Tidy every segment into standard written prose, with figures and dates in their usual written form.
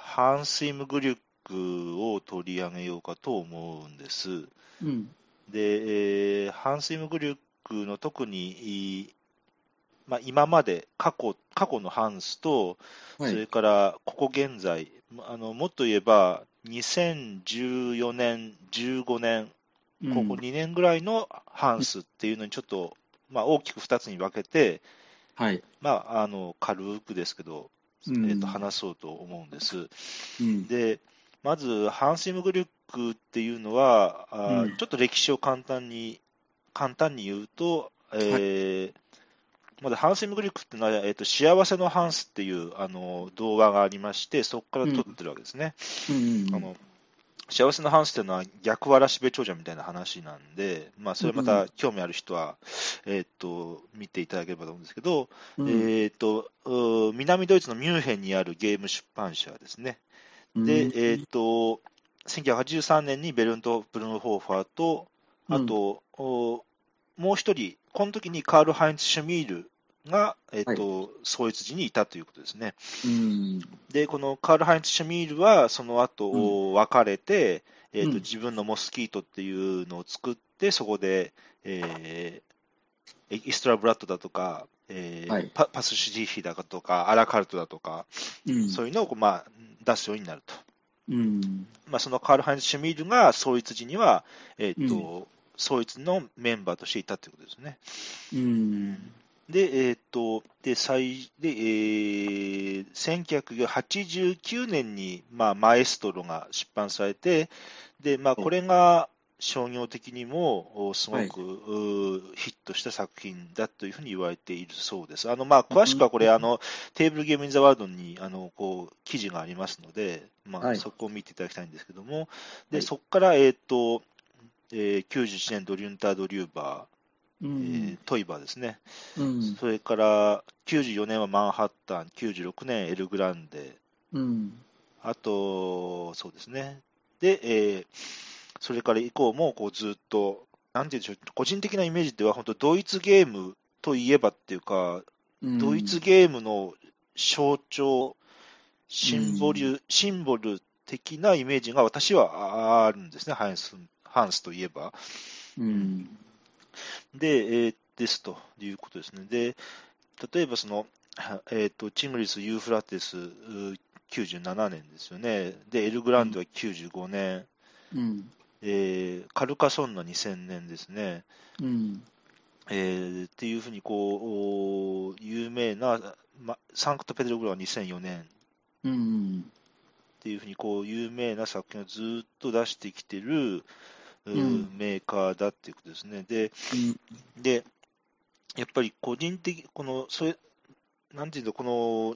ハンス・イムグリュックを取り上げようかと思うんです。 うん。 で、ハンス・イムグリュックの特に、まあ、今まで過去のハンスと、そはい。 れからここ現在、もっと言えば、2014年、15年、ここうん。 2年ぐらいのハンうんスっていうのにちょっと、まあ、大きく2つに分けて、 はい。 まあ、軽くですけど、 うん。 話そうと思うんです。 うん。 で、まず、ハンス・イムグリュックっていうのは、 うん。 ちょっと歴史を簡単に言うと、 はい。 まずハンス・イムグリュックっていうのは、幸せのハンスっていう童話がありまして、そこからうん。 取ってるわけですね。 うん。 あの幸せのハンスっていうのは逆わらしべ長者みたいな話なんで、まあ、それまうん。 た興味ある人は、見ていただければと思うんですけど、 うん。 南ドイツのミュンヘンにあるゲーム出版社ですね。で、 うん。 1983年にベルント・ブルンホーファーと、 うん。 あと、もう一人、この時にカール・ハインツ・シュミールが、 はい。 創立時にいたということですね。 うん。 で、このカール・ハインツ・シュミールは、そのうん。 後、別れて、 うん。 自分のモスキートっていうのを作って、そこで、イストラブラッドだとか、 はい。 パスシジヒだとか、アラカルトだとか、 うん。 そういうのを、まあ、出すようになると。 うん。 まあ、そのカール・ハインツ・シュミールが創立時には、 うん。 創立のメンバーとしていたということですね。 うん。 で、1989年に、まあ、マエストロが出版されて、で、まあ、こおれが商業的にもすはい。 ごくヒットした作品だというふうに言われているそうです。まあ、詳うん。 しくはこれ、テーブルゲームインザワールドに、記事がありますので、まあ、 はい。 そこを見ていただきたいんですけども、で、 はい。 そこから、91年ドリュンタード・リューバうん。 トイバーですね。 うん。 それから94年はマンハッタン、96年エルグランデ、 うん。 あと、そうですね。で、それから以降もこうずっと、なんていうんでしょう、個人的なイメージでは、本当、ドイツゲームといえばっていうか、 うドイツん。 ゲームの象徴、 うん。 シンボル的なイメージが私はあるんですね、ハンスといえば。 ううん、 ん。 で、ですということですね。で、例えばチングリス・ユーフラテス97年ですよね。で、エルグランドは95年、 うん。 カルカソンヌは2000年ですね。 うん。 っていうふうに有名な、サンクトペテルブルクは2004年っうん。 ていうふうに有名な作品をずっと出してきてるうん。 メーカーだっていうことですね。 うん。 で、やっぱり個人的、なんていうの、この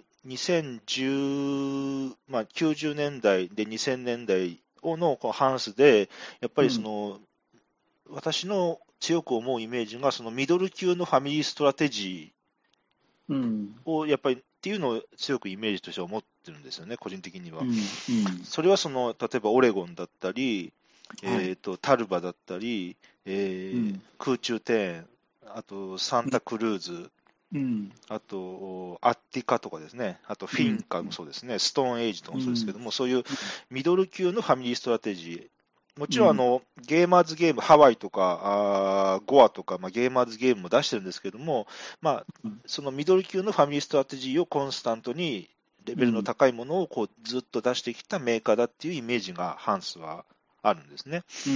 2010、まあ、90年代で2000年代のこのハンスで、やっぱり私の強く思うイメージが、そのミドル級のファミリーストラテジうん。 ーをやっぱりっていうのを強くイメージとして思ってるんですよね、個人的には。 うん。うん。 それは例えばオレゴンだったり、 はい。 タルバだったり、 うん。 空中庭園、あとサンうん。 タクルーズ、 うん。 あと、アッティカとかですね、あとフうん。 ィンカもそうですね、ストーンエイジとかうん。 もそうですけども、そういうミドル級のファミリーストラテジー、もちろんうん。 ゲーマーズゲーム、ハワイとかゴアとか、まあ、ゲーマーズゲームも出してるんですけども、まあ、そのミドル級のファミリーストラテジーをコンスタントにレベルのうん。 高いものをずっと出してきたメーカーだっていうイメージがハンスはあるんですね。 うん。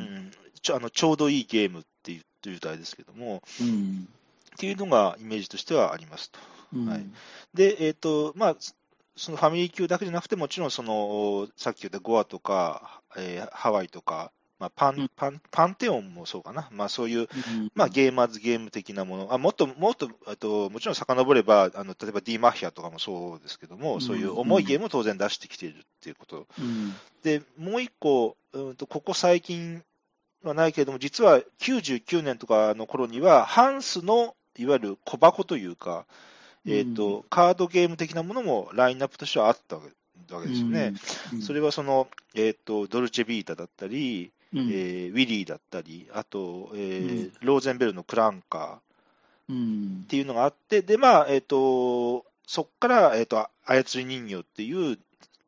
うん、ちょうどいいゲームっていうという題ですけども、 うん。 っていうのがイメージとしてはありますと。はい、 うん。 で、まあ、そのファミリー級だけじゃなくて、もちろんさっき言ったゴアとか、ハワイとか、まあ、パンテオンもそうかな、まあ、そういう、 うん。 まあ、ゲーマーズゲーム的なもの、もっと、もちろん遡れば、例えば D マフィアとかもそうですけども、そういう重いゲームを当然出してきているっていうこと。 うん。 で、もう一個、ここ最近はないけれども、実は99年とかの頃には、ハンスのいわゆる小箱というか、 うん。 カードゲーム的なものもラインナップとしてはあったわけうですよね。 ん。うん。 それはドルチェビータだったり、ウィリーだったり、あと、 うん。 ローゼンベルのクランカーっうん。 ていうのがあって、で、まあ、そこから、操り人形っていう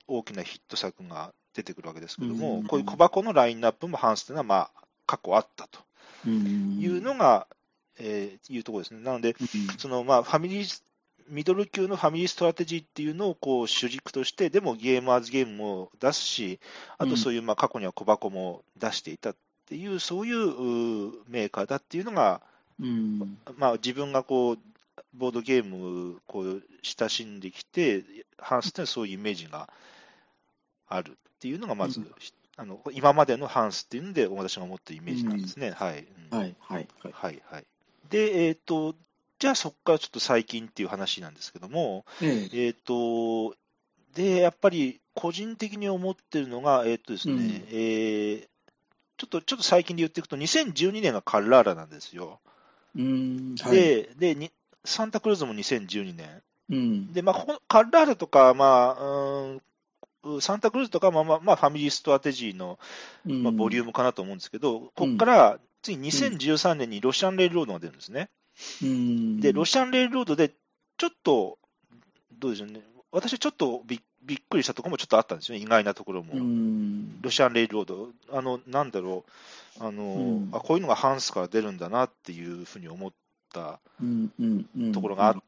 大きなヒット作が出てくるわけですけども、こういう小箱のラインナップもハンスというのは、まあ、過去あったというのが、いうところですね。なので、そのまあファミリー、ミドル級のファミリーストラテジーっていうのをこう主軸として、でもゲームアーズゲームも出すし、あとそういうまあ過去には小箱も出していたっていう、そういうメーカーだっていうのが、まあ、自分がこうボードゲームこう親しんできて、ハンスってそういうイメージがあるっていうのが、まず、今までのハンスっていうので、私が持ってるイメージなんですね。はい。 はいはいはい。で、じゃあそこからちょっと最近っていう話なんですけども、で、やっぱり個人的に思ってるのが、ですね、ちょっと最近で言っていくと、2012年がカルラーラなんですよ。で、サンタクルーズも2012年。で、まあ、カルラーラとか、まあ、サンタクルーズとか、まあ、ファミリーストラテジーの、まあ、ボリュームかなと思うんですけど、ここから次2013年にロシアンレールロードが出るんですね。で、ロシアンレールロードで、ちょっと、どうでしょうね、私はちょっとびっくりしたところもちょっとあったんですよね、意外なところも。ロシアンレールロード、なんだろう、こういうのがハンスから出るんだなっていうふうに思ったところがあって、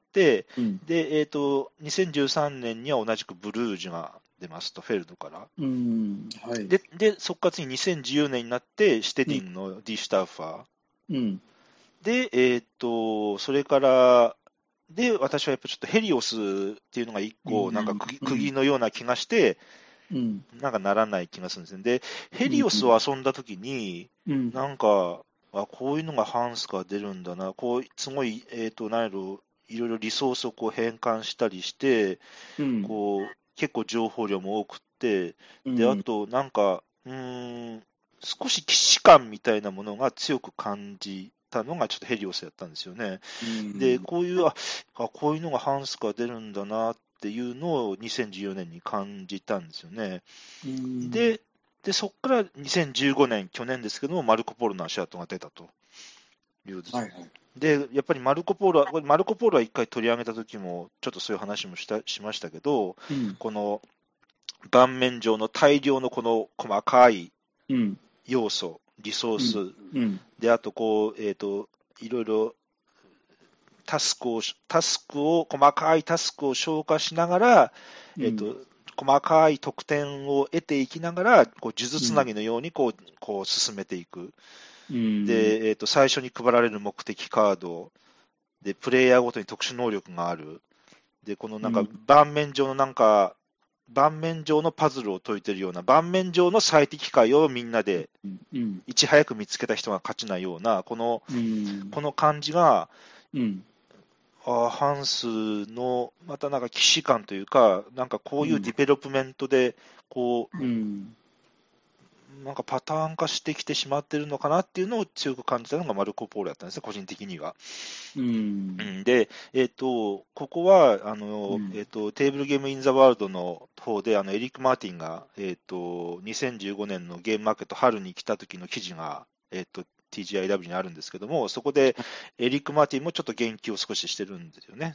で、2013年には同じくブルージュが出ますと、フェルドから。で、そこから次2014年になって、シュテディンのディ・シュタッファー。で、それから、で、私はやっぱちょっとヘリオスっていうのが一個、なんか釘のような気がして、なんかならない気がするんですね。で、ヘリオスを遊んだときに、なんか、こういうのがハンスから出るんだな、こう、すごい、なんやろ、いろいろリソースをこう変換したりして、こう、結構情報量も多くって、で、あと、なんか、少し既視感みたいなものが強く感じたのがちょっとヘリオスやったんですよね。で、こういうのがハンスから出るんだなっていうのを2014年に感じたんですよね。で、そこから2015年、去年ですけども、マルコ・ポーロの足跡が出たという。で、やっぱりマルコ・ポーロは一回取り上げた時も、ちょっとそういう話もしましたけど、この盤面上の大量のこの細かい要素、リソース、で、あとこう、いろいろ細かいタスクを消化しながら、細かい得点を得ていきながら、こう数珠つなぎのようにこう進めていく。で、最初に配られる目的カード、で、プレイヤーごとに特殊能力がある。で、このなんか盤面上のパズルを解いてるような、盤面上の最適解をみんなでいち早く見つけた人が勝ちなような、この感じが、ハンスのまたなんか既視感というか、なんかこういうディベロップメントで、こう、なんかパターン化してきてしまってるのかなっていうのを強く感じたのがマルコ・ポーロだったんですね、個人的には。で、ここはテーブルゲーム・イン・ザ・ワールドの方で、エリック・マーティンが、2015年のゲームマーケット春に来た時の記事が、TGIW にあるんですけども、そこでエリック・マーティンもちょっと言及を少ししてるんですよね。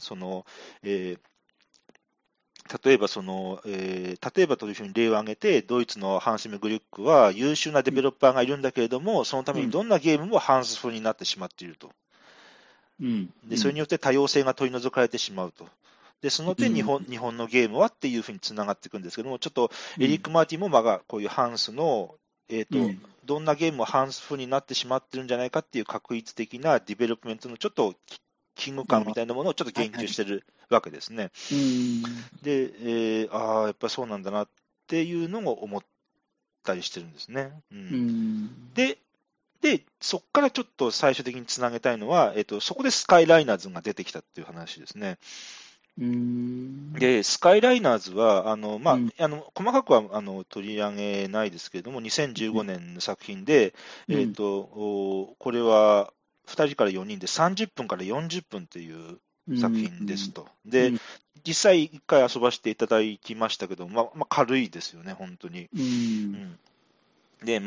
例えばというふうに例を挙げて、ドイツのハンス・メグリュックは優秀なデベロッパーがいるんだけれども、そのためにどんなゲームもハンス風になってしまっていると。で、それによって多様性が取り除かれてしまうと。で、その点日本のゲームはっていうふうにつながっていくんですけども、ちょっとエリック・マーティンもこういうハンスの、どんなゲームもハンス風になってしまってるんじゃないかっていう確率的なディベロップメントのちょっと危惧感みたいなものをちょっと言及してるわけですね。で、やっぱりそうなんだなっていうのを思ったりしてるんですね。で、そこからちょっと最終的につなげたいのは、そこでスカイライナーズが出てきたっていう話ですね。で、スカイライナーズは、細かくは取り上げないですけれども、2015年の作品で、これは2人から4人で30分から40分という作品ですと。で、実際1回遊ばせていただきましたけど、軽いですよね、本当に。で、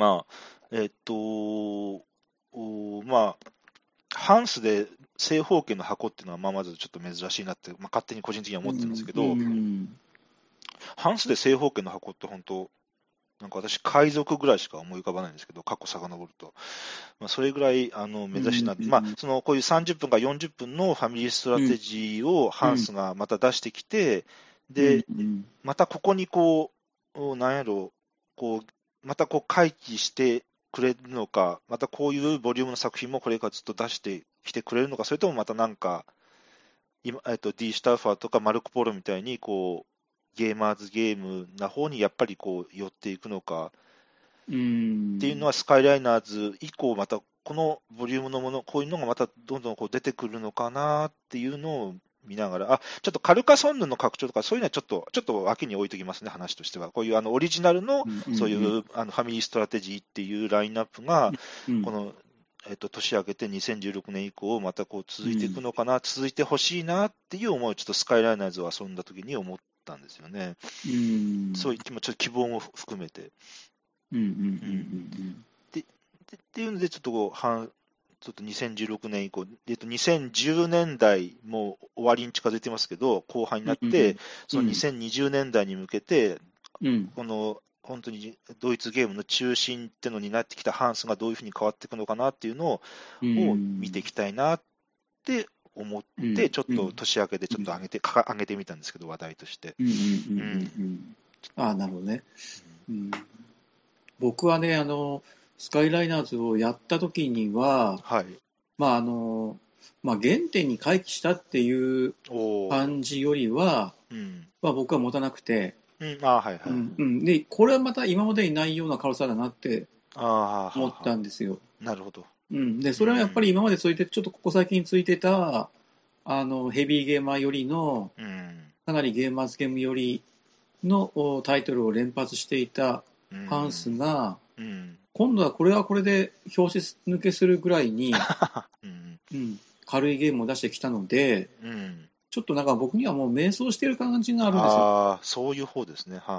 ハンスで正方形の箱っていうのは、まずちょっと珍しいなって、勝手に個人的には思ってるんですけど、 ハンスで正方形の箱って本当、なんか私、海賊ぐらいしか思い浮かばないんですけど、過去遡ると。それぐらい目指しな、こういう30分か40分のファミリーストラテジーをハンスがまた出してきて、で、またここにこう、なんやろう、こう、またこう回帰してくれるのか、またこういうボリュームの作品もこれからずっと出してきてくれるのか、それともまたなんか、今、D スタッファーとかマルコ・ポロみたいに、こう、ゲーマーズゲームな方にやっぱりこう寄っていくのかっていうのは、スカイライナーズ以降、またこのボリュームのもの、こういうのがまたどんどんこう出てくるのかなっていうのを見ながら、ちょっとカルカソンヌの拡張とか、そういうのはちょっと脇に置いときますね、話としては。こういうオリジナルの、そういうファミリーストラテジーっていうラインナップが、この、年明けて2016年以降、またこう続いていくのかな、続いてほしいなっていう思いをちょっとスカイライナーズを遊んだときに思ったんですよね。そういう気持ち、希望も含めて。っていうので、ちょっとこう、ちょっと2016年以降、2010年代も終わりに近づいてますけど、後半になって、その2020年代に向けて、この本当にドイツゲームの中心ってのになってきたハンスがどういうふうに変わっていくのかなっていうのを見ていきたいなって思って、ちょっと年明けでちょっと上げてみたんですけど、話題として。 なるほどね。僕はね、スカイライナーズをやった時には、原点に回帰したっていう感じよりは、僕は持たなくて、で、これはまた今までにないような軽さだなって思ったんですよ。 なるほど。 で、それはやっぱり今までついて、ちょっとここ最近ついてた、ヘビーゲーマーよりの、かなりゲーマーズゲームよりのタイトルを連発していたハンスが、今度はこれはこれで表紙抜けするぐらいに、軽いゲームを出してきたので、ちょっとなんか僕にはもう迷走している感じがあるんですよ。 そういう方ですね。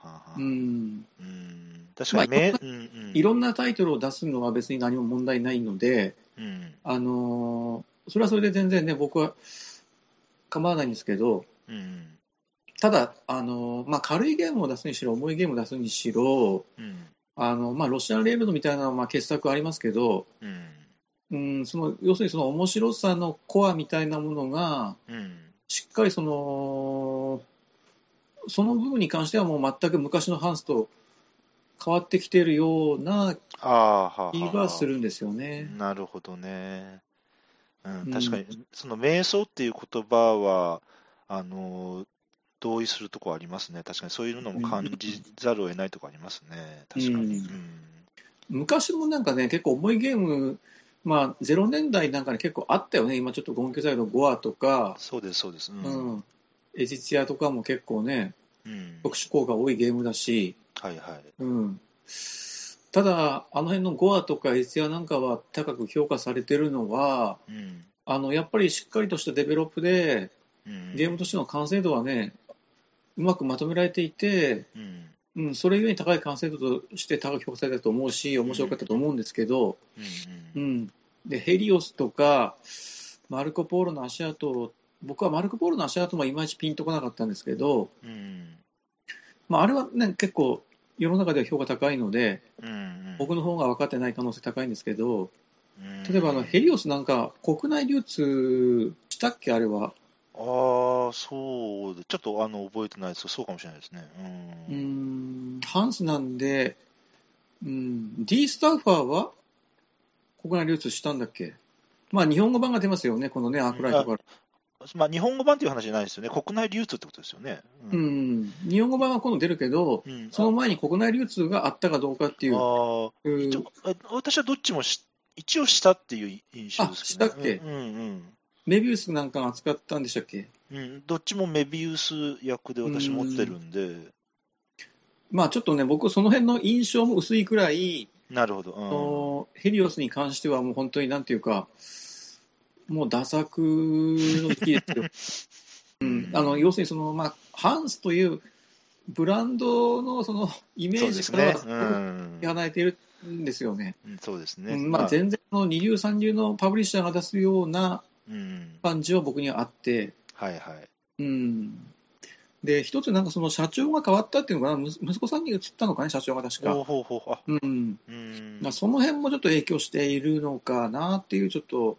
確かに、いろんなタイトルを出すのは別に何も問題ないので、それはそれで全然ね、僕は構わないんですけど、ただ、軽いゲームを出すにしろ、重いゲームを出すにしろ、ロシアンレールドみたいな傑作ありますけど、要するにその面白さのコアみたいなものが、しっかりその部分に関してはもう全く昔のハンスと変わってきているような気がするんですよね。 なるほどね。確かに、その瞑想っていう言葉は、同意するところありますね。確かにそういうのも感じざるを得ないところありますね。確かに。 昔もなんかね、結構重いゲーム、0年代なんかに結構あったよね。今ちょっと言及されたゴアとか、 そうです、そうです。 エジツィアとかも結構ね、特殊効果多いゲームだし、ただ、あの辺のゴアとかエジツィアなんかは高く評価されてるのは、やっぱりしっかりとしたデベロップで、ゲームとしての完成度はね、うまくまとめられていて、それゆえに高い完成度として高く評価されたと思うし、面白かったと思うんですけど、でヘリオスとかマルコ・ポーロの足跡、僕はマルコ・ポーロの足跡もいまいちピンとこなかったんですけど、あれはね、結構世の中では評価高いので、僕の方が分かってない可能性高いんですけど、例えばヘリオスなんか国内流通したっけ、あれは。 そうで、ちょっと覚えてないですけど、そうかもしれないですね。 ハンスなんで、D スタッファーは国内流通したんだっけ。日本語版が出ますよね、このね、アークライトから。 日本語版っていう話じゃないですよね、国内流通ってことですよね。 日本語版は今度出るけど、その前に国内流通があったかどうかっていう。 私はどっちも一応したっていう印象ですけど、 したっけ。メビウスなんか扱ったんでしたっけ。 どっちもメビウス役で私持ってるんで。 ちょっとね、僕その辺の印象も薄いくらい、 なるほど。 ヘリオスに関してはもう本当になんていうか、もうダ作の域ですよ。要するにハンスというブランドのそのイメージからは離れているんですよね。 そうですね。 全然二流三流のパブリッシャーが出すような感じは僕にはあって、 で、一つなんかその社長が変わったっていうのかな、息子さんに移ったのかね、社長が確か。その辺もちょっと影響しているのかなっていう、ちょっと、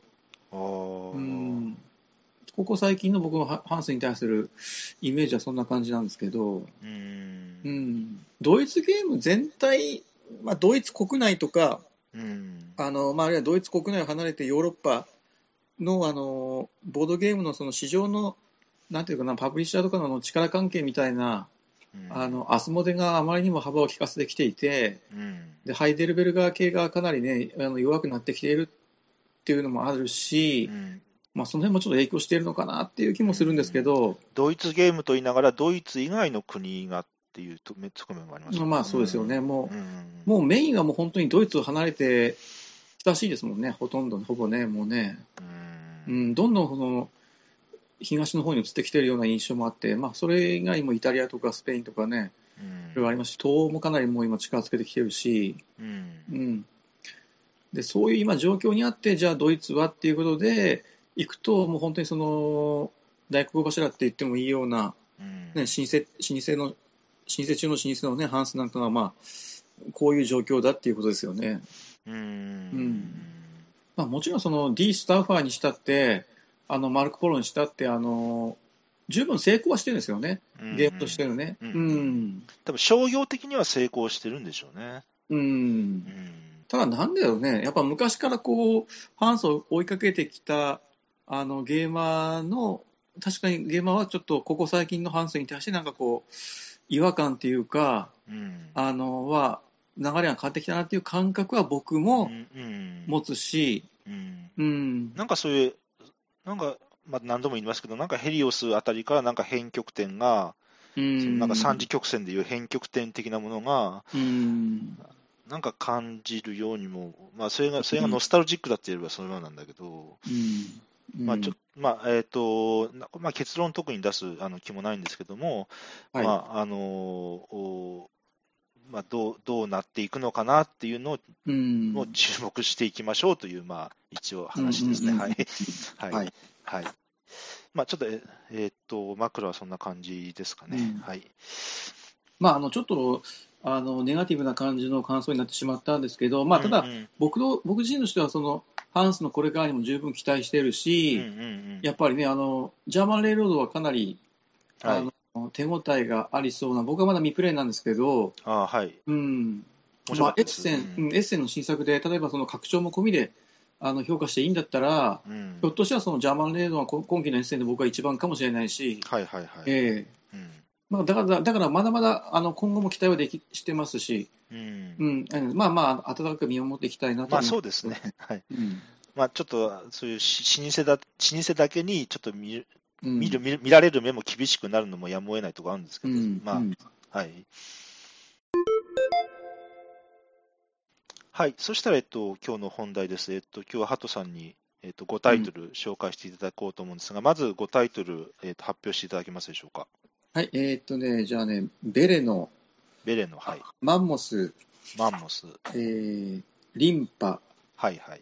ここ最近の僕のハンスに対するイメージはそんな感じなんですけど、ドイツゲーム全体、ドイツ国内とか、あるいはドイツ国内を離れてヨーロッパの、ボードゲームのその市場のなんていうかな、パブリッシャーとかの力関係みたいな、アスモデがあまりにも幅を利かせてきていて、でハイデルベルガー系がかなりね、弱くなってきているっていうのもあるし、その辺もちょっと影響しているのかなっていう気もするんですけど、 ドイツゲームと言いながら、ドイツ以外の国がっていう側面もありますね。 そうですよね、もうメインはもう本当にドイツを離れて親しいですもんね、ほぼね、もうね、どんどんその東の方に移ってきているような印象もあって、それ以外もイタリアとかスペインとかね、いろいろありますし、東欧もかなりもう今力つけてきてるし、でそういう今状況にあって、じゃあドイツはっていうことでいくと、もう本当にその大黒柱って言ってもいいような、老舗中の老舗のね、ハンスなんかがこういう状況だっていうことですよね。もちろんその D スタッファーにしたってマルコ・ポロにしたって十分成功はしてるんですよね、ゲームとしてのね。 多分商業的には成功してるんでしょうね。 ただなんだよね、やっぱ昔からこうハンスを追いかけてきたゲーマーの、確かにゲーマーはちょっとここ最近のハンスに対してなんかこう違和感っていうか、は流れが変わってきたなっていう感覚は僕も持つし、 なんかそういう、なんか、何度も言いますけど、なんかヘリオスあたりからなんか変極点が、なんか三次曲線でいう変極点的なものが、なんか感じるようにも、それがノスタルジックだって言えばそのようなんだけど、結論特に出す気もないんですけども、どうなっていくのかなっていうのを注目していきましょうという、一応話ですね。はい。はい。ちょっと、マクロはそんな感じですかね。はい。 ちょっと、ネガティブな感じの感想になってしまったんですけど、ただ、僕自身としては、その、ハンスのこれからにも十分期待しているし、やっぱりね、ジャーマンレイロードはかなり、手応えがありそうな、僕はまだ未プレイなんですけど、エッセンの新作で、例えばその拡張も込みで評価していいんだったら、ひょっとしたらそのジャーマンレイロードは今期のエッセンで僕は一番かもしれないし、だからまだまだ今後も期待はしてますし、温かく見守っていきたいなと思います。 そうですね。はい。ちょっとそういう老舗だけにちょっと見られる目も厳しくなるのもやむを得ないところあるんですけど、はい。はい、そしたら、今日の本題です。今日はハトさんに、5タイトル紹介していただこうと思うんですが、まず5タイトル、発表していただけますでしょうか。 はい、じゃあね、ベレノ、 はい。 マンモス、リンパ、 はいはい。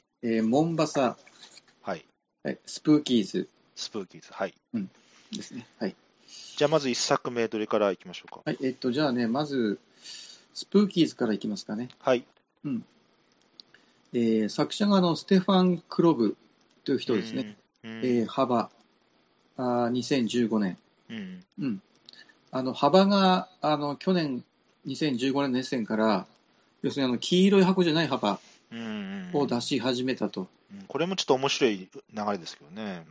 モンバサ、 はい。 スプーキーズ、 はい。 ですね。はい。 じゃあまず1作目、どれからいきましょうか。 はい、じゃあね、まず、スプーキーズからいきますかね。 はい。 作者がステファン・クロブという人ですね。幅2015年。幅が去年2015年のエッセンから、要するに黄色い箱じゃない幅を出し始めたと。 これもちょっと面白い流れですけどね。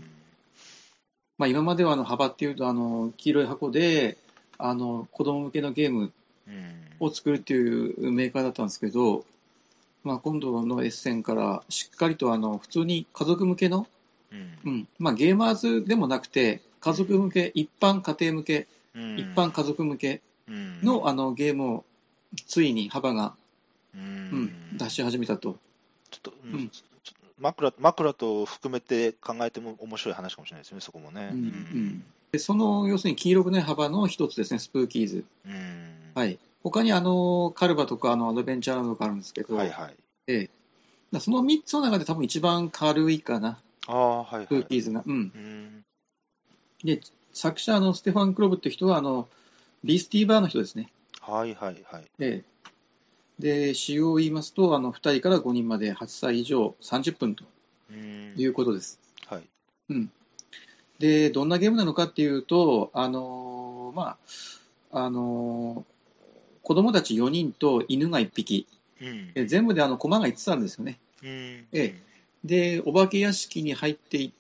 今までは幅っていうと黄色い箱で子供向けのゲームを作るっていうメーカーだったんですけど、今度のエッセンからしっかりと普通に家族向けの、ゲーマーズでもなくて家族向け、一般家庭向け、一般家族向けのゲームをついに幅が、出し始めたと。 ちょっと、枕と含めて考えても面白い話かもしれないですね、そこもね。 でその要するに黄色くない幅の一つですね、スプーキーズ。他にカルバとかアドベンチャーランドとかあるんですけど、その3つの中で多分一番軽いかな、スプーキーズが。で作者ステファン・クロブっていう人はビースティーバーの人ですね。 はいはいはい。 で、使用を言いますと、2人から5人まで8歳以上30分ということです。 はい。 うん。で、どんなゲームなのかっていうと、子供たち4人と犬が1匹、全部で駒が5つあるんですよね。で、お化け屋敷に入っていって、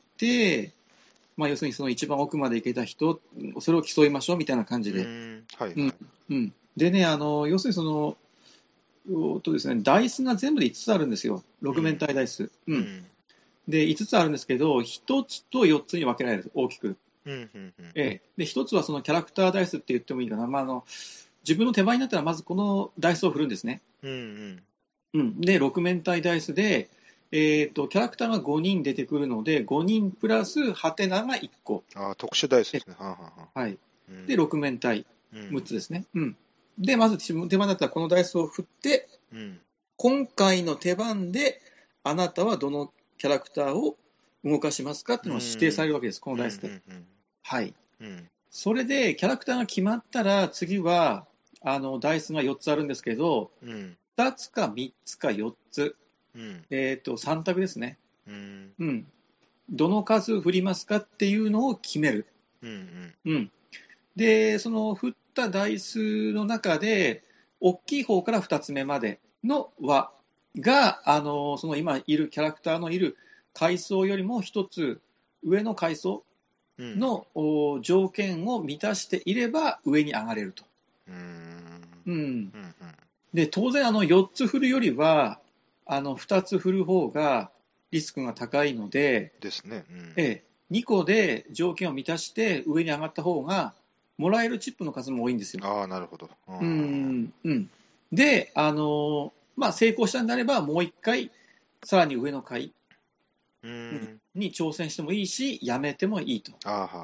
要するにその一番奥まで行けた人、それを競いましょうみたいな感じで。でね、要するにですね、ダイスが全部で5つあるんですよ。6面体ダイス。で、5つあるんですけど、1つと4つに分けられる、大きく。で、1つはそのキャラクターダイスって言ってもいいかな。自分の手番になったら、まずこのダイスを振るんですね。で、6面体ダイスで、キャラクターが5人出てくるので、5人プラスハテナが1個。 特殊ダイスですね。 はい。で、6面体、6つですね。で、まず自分の手番だったらこのダイスを振って、今回の手番であなたはどのキャラクターを動かしますかっていうのを指定されるわけです、このダイスで。はい。それで、キャラクターが決まったら、次は、ダイスが4つあるんですけど、2つか3つか4つ。3択ですね。どの数振りますかっていうのを決める。で、その振ったダイスの中で、大きい方から2つ目までの輪が、その今いるキャラクターのいる階層よりも1つ上の階層の条件を満たしていれば上に上がれると。で、当然4つ振るよりは、2つ振る方がリスクが高いので、2個で条件を満たして上に上がった方が、もらえるチップの数も多いんですよ。 なるほど。 で、成功したんであれば、もう1回、さらに上の階に挑戦してもいいし、やめてもいいと。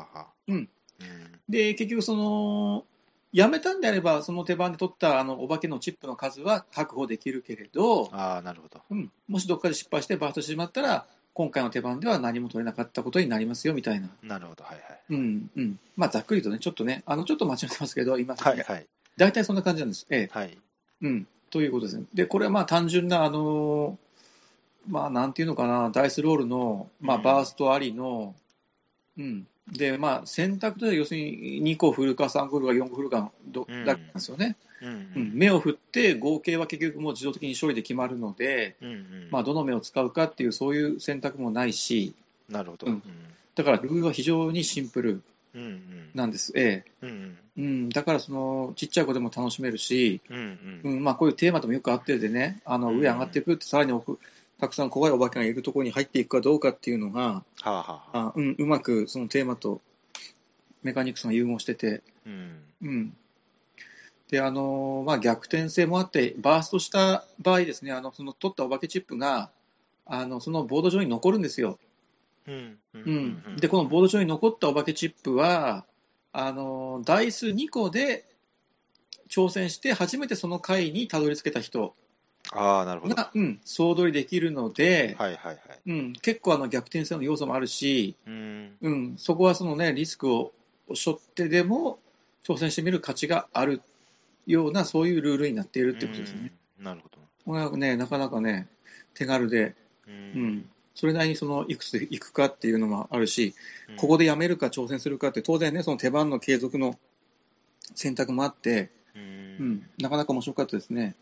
で、結局やめたんであれば、その手番で取ったお化けのチップの数は確保できるけれど、もしどっかで失敗してバーストしてしまったら、今回の手番では何も取れなかったことになりますよみたいな。 なるほど、 ざっくりとね、ちょっとね、ちょっと間違ってますけど、今、大体そんな感じなんです。ということですね。で、これは単純な、なんていうのかな、ダイスロールの、バーストありの、で、選択としては要するに2個振るか3個振るか4個振るかだけなんですよね。目を振って合計は結局もう自動的に処理で決まるので、どの目を使うかっていうそういう選択もないし、 なるほど。 だからルールは非常にシンプルなんです。だからちっちゃい子でも楽しめるし、こういうテーマともよくあってでね、上上がっていくってさらにたくさん怖いお化けがいるところに入っていくかどうかっていうのが、うまくそのテーマとメカニクスが融合してて、で逆転性もあって、バーストした場合ですね、その取ったお化けチップがそのボード上に残るんですよ。で、このボード上に残ったお化けチップは、ダイス2個で挑戦して、初めてその回にたどり着けた人なるほど。 が、総取りできるので、結構逆転性の要素もあるし、そこはそのね、リスクを背負ってでも挑戦してみる価値があるような、そういうルールになっているってことですね。 なるほど。 これはね、なかなかね、手軽で、それなりにいくつでいくかっていうのもあるし、ここでやめるか挑戦するかって、当然ね、その手番の継続の選択もあって、なかなか面白かったですね。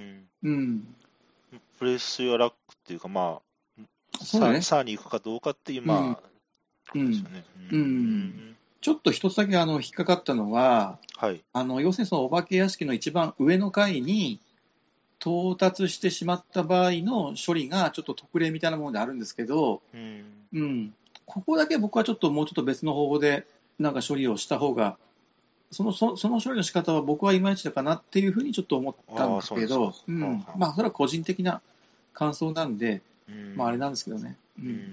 プレスやラックっていうか、さあに行くかどうかっていう、ですよね。 ちょっと一つだけ引っかかったのは、要するにそのお化け屋敷の一番上の階に到達してしまった場合の処理がちょっと特例みたいなものであるんですけど、ここだけ僕はちょっともうちょっと別の方法でなんか処理をした方が、その処理の仕方は僕はいまいちだかなっていうふうにちょっと思ったんですけど、それは個人的な感想なんで、あれなんですけどね。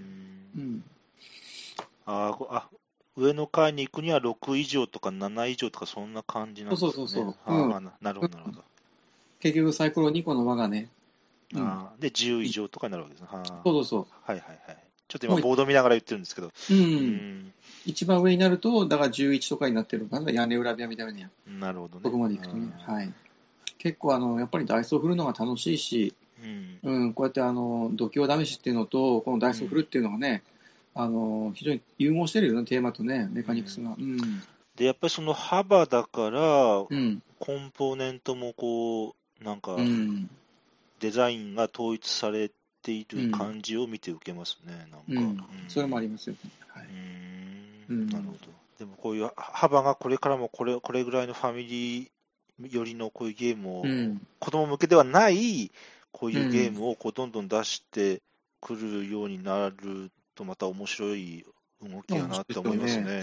上の階に行くには6以上とか7以上とかそんな感じなんですね。なるほど、なるほど。 結局サイコロ2個の輪がね。 で、10以上とかになるわけですね。 そう。 ちょっと今、ボード見ながら言ってるんですけど。 一番上になると、だから11とかになってるのかな、屋根裏部屋みたいな。 なるほどね。 そこまで行くとね。はい。結構やっぱりダイスを振るのが楽しいし、こうやって度胸試しっていうのと、このダイスを振るっていうのがね、非常に融合してるよね、テーマとね、メカニクスが。 で、やっぱりその幅だから、コンポーネントもこう、なんか、デザインが統一されている感じを見て受けますね、なんか。 それもありますよね。はい。 なるほど。でもこういう幅がこれからもこれぐらいのファミリーよりのこういうゲームを、子供向けではないこういうゲームをこうどんどん出してくるようになるとまた面白い動きやなって思いますね。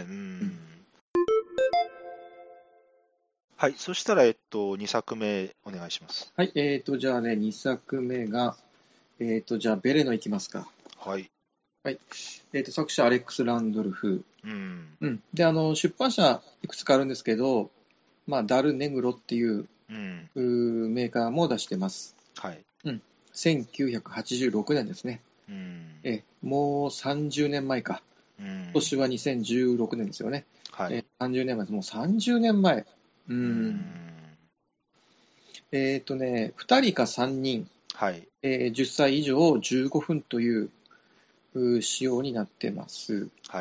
はい、そしたら2作目お願いします。 はい、じゃあね、2作目が、じゃあベレノいきますか。 はい。 はい。作者アレックス・ランドルフ。で、出版社いくつかあるんですけど、ダルネグロっていう、メーカーも出してます。 はい。 1986年ですね。もう30年前か。今年は2016年ですよね。 はい。 30年前、もう30年前。2人か3人、 はい。 10歳以上15分という仕様になってます。 はい。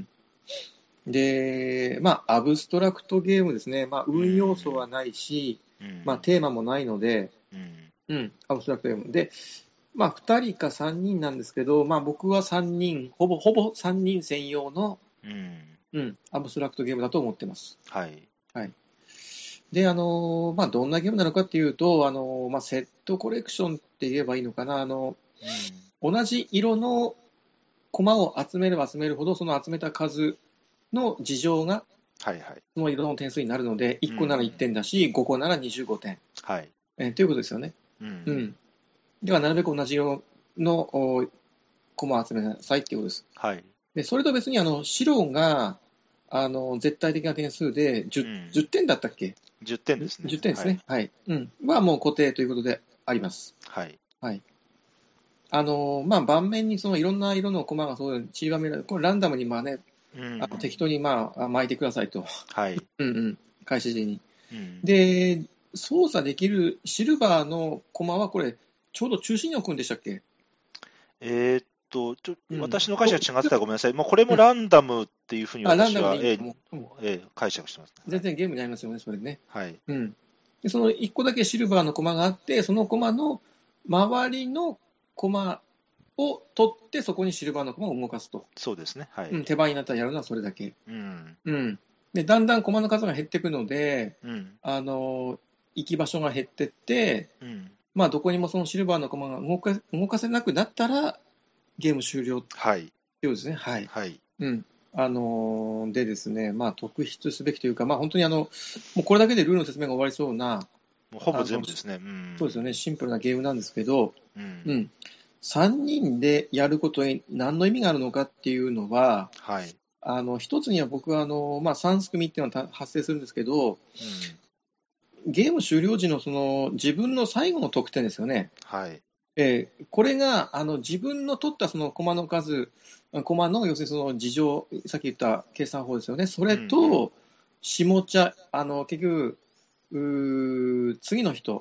で、アブストラクトゲームですね。運要素はないし、テーマもないので、アブストラクトゲーム。で、2人か3人なんですけど、僕は3人、ほぼ3人専用の、アブストラクトゲームだと思ってます。 はい。 はい。で、どんなゲームなのかっていうと、セットコレクションって言えばいいのかな、同じ色のコマを集めれば集めるほど、その集めた数の事情が、その色の点数になるので、1個なら1点だし、5個なら25点。 はい。 ということですよね。では、なるべく同じ色のコマを集めなさいっていうことです。 はい。 で、それと別に、白が、絶対的な点数で10点だったっけ ？10点ですね。 10点ですね。はい。はもう固定ということであります。 はい。 はい。盤面にそのいろんな色のコマがそう散りばめられる、これランダムに適当に巻いてくださいと。 はい。 開始時に。で、操作できるシルバーのコマはこれ、ちょうど中心に置くんでしたっけ？ 私の解釈が違ったらごめんなさい。これもランダムっていうふうに私は解釈してます。 全然ゲームになりますよね、それね。 はい。 でその1個だけシルバーのコマがあって、そのコマの周りのコマを取って、そこにシルバーのコマを動かすと。 そうですね。はい。 手番になったらやるのはそれだけ。で、だんだんコマの数が減っていくので、行き場所が減ってって、どこにもそのシルバーのコマが動かせなくなったら、ゲーム終了っていうことですね。はい。 はい。 でですね、特筆すべきというか、本当にもうこれだけでルールの説明が終わりそうな、 もうほぼ全部ですね。 そうですよね、シンプルなゲームなんですけど、3人でやることに何の意味があるのかっていうのは、一つには僕は3すくみっていうのは発生するんですけど、ゲーム終了時のその自分の最後の得点ですよね。これが自分の取ったそのコマの数、コマの要するにその事情、さっき言った計算法ですよね、それと下茶、結局、次の人、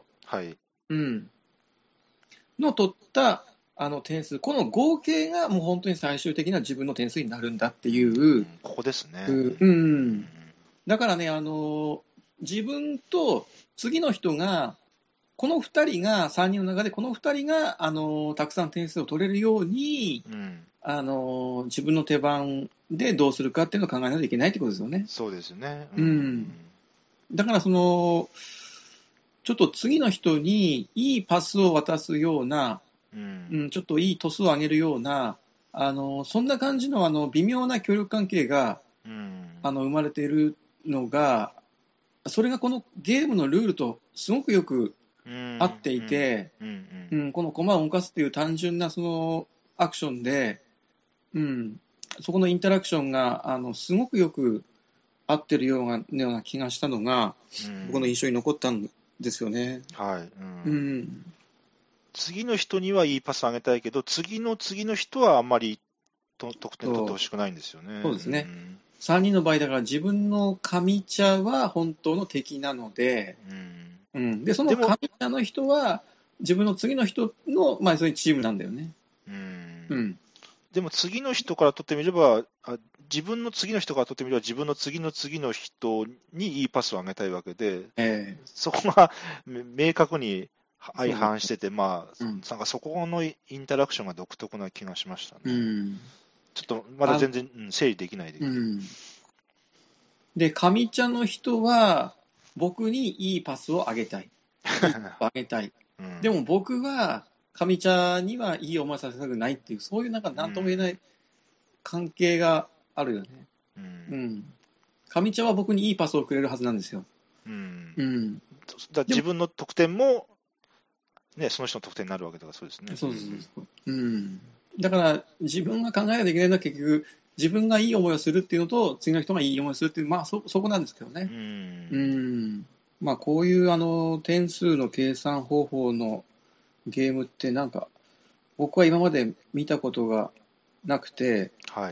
の取った点数、この合計がもう本当に最終的な自分の点数になるんだっていう、 ここですね。 だからね、自分と次の人が、この2人が、3人の中でこの2人がたくさん点数を取れるように、自分の手番でどうするかっていうのを考えないといけないってことですよね。 そうですね。 だからちょっと次の人にいいパスを渡すような、ちょっといいトスを上げるような、そんな感じの微妙な協力関係が、生まれているのが、それがこのゲームのルールとすごくよく合っていて、この駒を動かすという単純なそのアクションで、そこのインタラクションがすごくよく合ってるような気がしたのが、僕の印象に残ったんですよね。 次の人にはいいパスをあげたいけど、次の人はあんまり得点取ってほしくないんですよね。 そうですね。3人の場合だから自分の上茶は本当の敵なので、でその上茶の人は自分の次の人の、まあ、そういうチームなんだよね。 でも次の人から取ってみれば、自分の次の人から取ってみれば、自分の次の次の人にいいパスを上げたいわけで、そこが明確に相反してて、まあ、なんかそこのインタラクションが独特な気がしましたね。ちょっとまだ全然整理できないで。 で、上茶の人は、僕にいいパスを上げたい。上げたい。でも僕は、上茶にはいい思いさせたくないっていう、そういうなんか何とも言えない関係があるよね。上茶は僕にいいパスをくれるはずなんですよ。 だ自分の得点も、ね、その人の得点になるわけだから、そうですね。 そう。だから自分が考えなきゃいけないのは結局自分がいい思いをするっていうのと次の人がいい思いをするっていう、まあそこなんですけどね。まあこういう点数の計算方法のゲームってなんか僕は今まで見たことがなくて、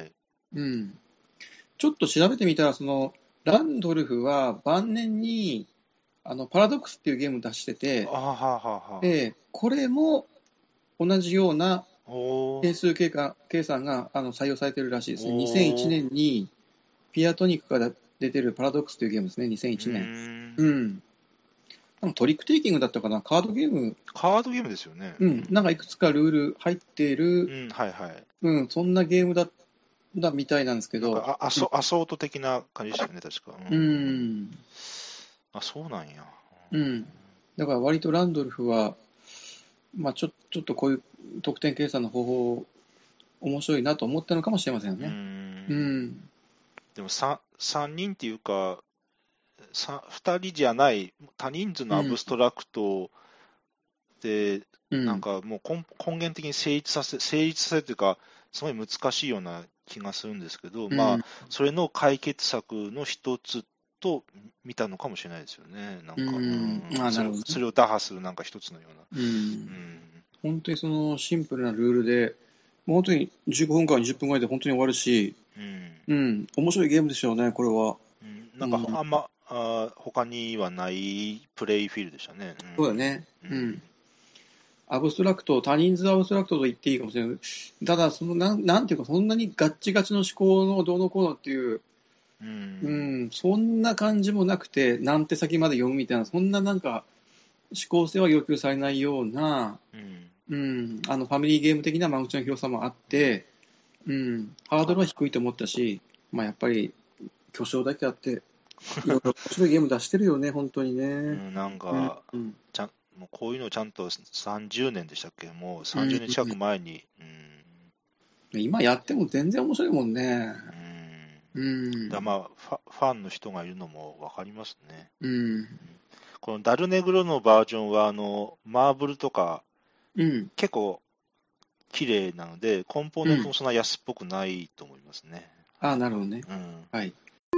ちょっと調べてみたらそのランドルフは晩年にパラドックスっていうゲームを出してて、これも同じような点数計算が採用されているらしいですね。2001年にピアトニックから出てるパラドックスというゲームですね、2001年。トリックテイキングだったかな、カードゲーム。 カードゲームですよね。 なんかいくつかルール入っている、そんなゲームだったみたいなんですけど。 アソート的な感じでしたよね、確か。そうなんや。 だから割とランドルフは、まあ、ちょっとこういう得点計算の方法面白いなと思ったのかもしれませんよね。 でも 3人っていうか2人じゃない多人数のアブストラクトで、なんかもう根源的に成立させるというか、すごい難しいような気がするんですけど、まあそれの解決策の一つと見たのかもしれないですよね。なんかそれを打破するなんか一つのような。 本当にそのシンプルなルールで、本当に15分から20分ぐらいで本当に終わるし、面白いゲームですよね、これは。 なんかあんま、他にはないプレイフィールでしたね。 そうだね。アブストラクト、多人数アブストラクトと言っていいかもしれない。ただ、なんていうか、そんなにガッチガチの思考のどうのこうのっていう、そんな感じもなくて、何手先まで読むみたいな、そんななんか、思考性は要求されないような、ファミリーゲーム的な間口の広さもあって、ハードルは低いと思ったし、まあやっぱり巨匠だけあって、面白いゲーム出してるよね、本当にね。 なんか、もうこういうのちゃんと30年でしたっけ、もう30年近く前に。 今やっても全然面白いもんね。 だまあファンの人がいるのも分かりますね。このダルネグロのバージョンはマーブルとか、結構綺麗なので、コンポーネントもそんな安っぽくないと思いますね。 なるほどね。はい。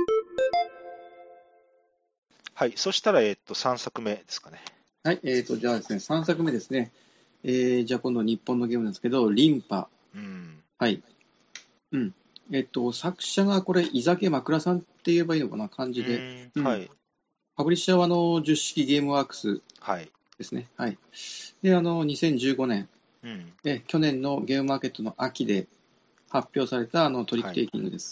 はい、そしたら、3作目ですかね。 はい、じゃあですね、3作目ですね。じゃあ今度日本のゲームなんですけど、リンパ。はい。作者がこれ、伊崎枕さんって言えばいいのかな、漢字で。パブリッシャーは十式ゲームワークスですね。はい。で、2015年、去年のゲームマーケットの秋で発表されたトリックテイキングです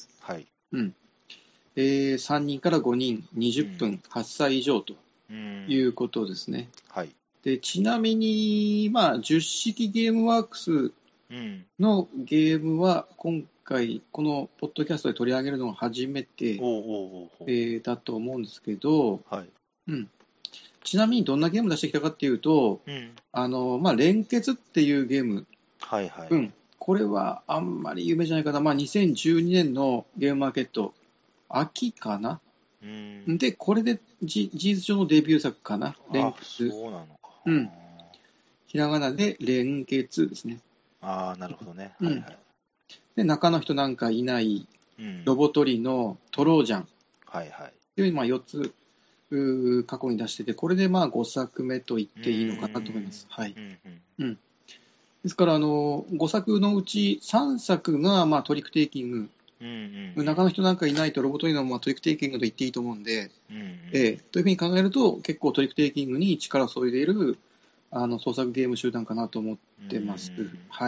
。3人から5人、20分、8歳以上ということですね。でちなみに、10式ゲームワークスのゲームは今回、このポッドキャストで取り上げるのが初めてだと思うんですけど、ちなみにどんなゲーム出してきたかっていうと、連結っていうゲーム、これはあんまり有名じゃないかな、2012年のゲームマーケット、秋かな、で、これで事実上のデビュー作かな、連結。 そうなのか。 ひらがなで連結ですね。 なるほどね。 で、中の人なんかいない、ロボトリのトロージャン。っていう4つ過去に出してて、これで5作目と言っていいのかなと思います。 ですから5作のうち3作がトリックテイキング、中の人なんかいないとロボトニーのトリックテイキングと言っていいと思うんで、というふうに考えると結構トリックテイキングに力を注いでいる創作ゲーム集団かなと思ってます。はい。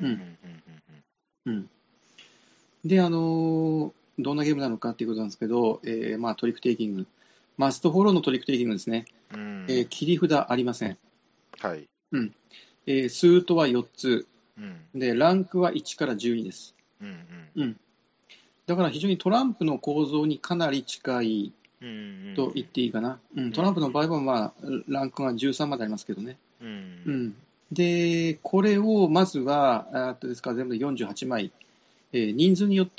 で、どんなゲームなのかっていうことなんですけど、トリックテイキング。マストフォローのトリックテイキングですね。切り札ありません。 はい。 スートは4つ。で、ランクは1から12です。だから非常にトランプの構造にかなり近いと言っていいかな。トランプの場合は、ランクが13までありますけどね。で、これをまずは、ですから全部で48枚。人数によって、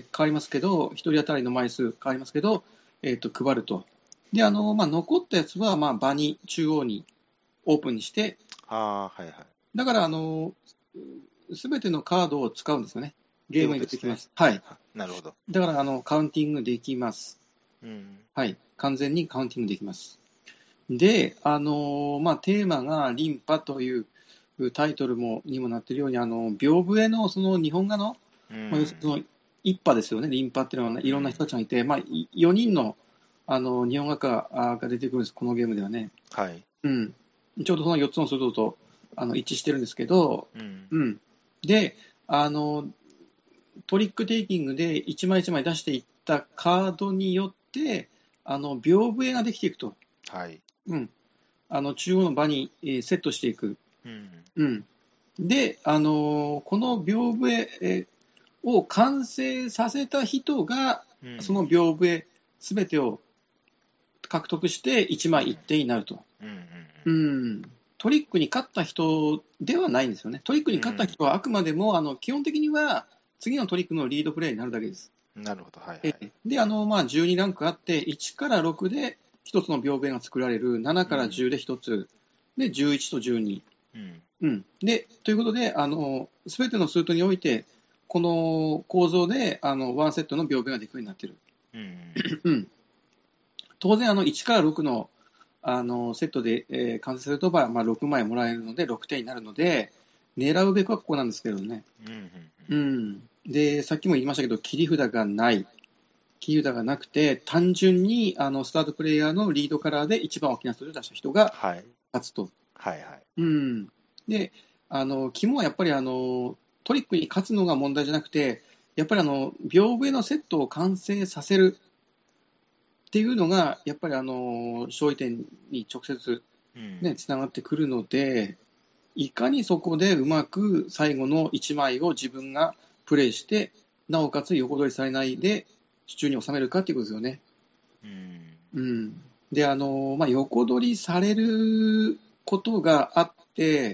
変わりますけど、1人当たりの枚数変わりますけど、配ると。で、残ったやつは、場に、中央にオープンにして、だから、すべてのカードを使うんですよね。ゲームに出てきます。はい。 なるほど。 だから、カウンティングできます。はい。完全にカウンティングできます。で、テーマがリンパというタイトルにもなっているように、屏風絵のその日本画の、その一派ですよね、リンパっていうのは、いろんな人たちがいて、4人の日本画家が出てくるんです、このゲームではね。 はい。 ちょうどその4つの数と一致してるんですけど、で、トリックテイキングで1枚1枚出していったカードによって、屏風絵ができていくと。 はい。 中央の場にセットしていく。で、この屏風絵を完成させた人が、その屏風絵すべてを獲得して1枚1点になると。トリックに勝った人ではないんですよね。トリックに勝った人はあくまでも基本的には次のトリックのリードプレイになるだけです。 なるほど。はい。 で、12ランクあって、1から6で1つの屏風絵が作られる、7から10で1つ、で、11と12。で、ということで、すべてのスートにおいて、この構造で、ワンセットの屏風ができるようになっている。当然、1から6の、セットで、完成すると、6枚もらえるので、6点になるので、狙うべくはここなんですけどね。で、さっきも言いましたけど、切り札がない。切り札がなくて、単純に、スタートプレイヤーのリードカラーで一番大きな数字を出した人が勝つと。で、肝はやっぱりトリックに勝つのが問題じゃなくて、やっぱり屏風絵のセットを完成させるっていうのが、やっぱり勝利点に直接つながってくるので、いかにそこでうまく最後の1枚を自分がプレイして、なおかつ横取りされないで手中に収めるかっていうことですよね。で、横取りされることがあって、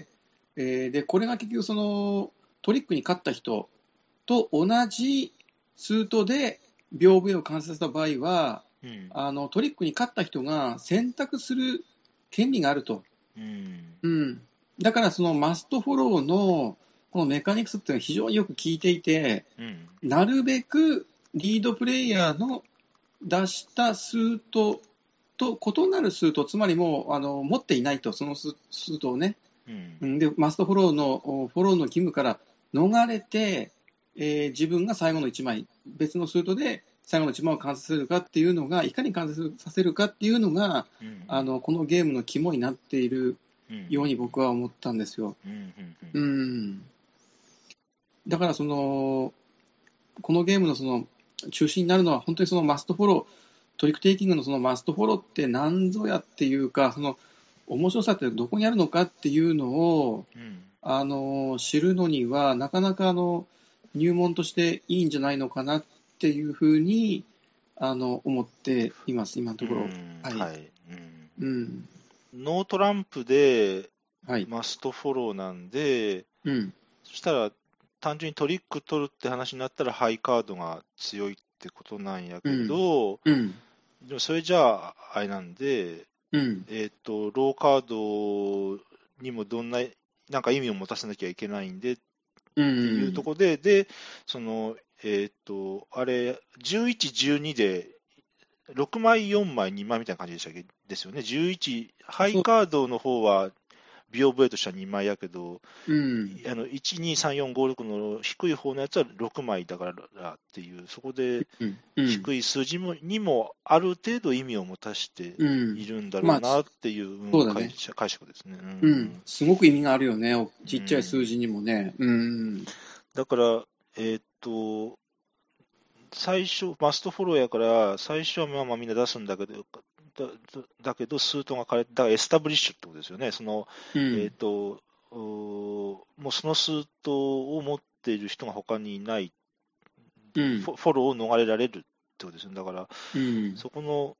で、これが結局そのトリックに勝った人と同じスートで屏風絵を完成させた場合は、トリックに勝った人が選択する権利があると。だからそのマストフォローのこのメカニクスっていうのは非常によく効いていて、なるべくリードプレイヤーの出したスートと異なるスート、つまりもう持っていないと、そのスートをね、でマストフォローの義務から逃れて、自分が最後の1枚、別のスートで最後の1枚を完成するかっていうのが、いかに完成させるかっていうのが、このゲームの肝になっているように僕は思ったんですよ。だからこのゲームのその中心になるのは本当にそのマストフォロー、トリックテイキングのそのマストフォローって何ぞやっていうか、その面白さってどこにあるのかっていうのを、知るのにはなかなか入門としていいんじゃないのかなっていうふうに思っています、今のところ。 ノートランプでマストフォローなんで、そしたら単純にトリック取るって話になったらハイカードが強いってことなんやけど、でもそれじゃああれなんで、ローカードにもなんか意味を持たせなきゃいけないんでっていうところで、で、その、あれ、11、12で6枚、4枚、2枚みたいな感じでしたっけですよね。11、ハイカードの方は見覚えとしては2枚やけど、 うん、 1、2、3、4、5、6の低い方のやつは6枚だからっていう、そこで低い数字にもある程度意味を持たしているんだろうなっていう、 そうだね、 解釈ですね。 すごく意味があるよね、ちっちゃい数字にもね。 だから、最初、マストフォローやから、最初はまあまあみんな出すんだけど、だけど、スートが変えて、だからエスタブリッシュってことですよね。もうそのスートを持っている人が他にいない、フォローを逃れられるってことですよね。だから、そこの、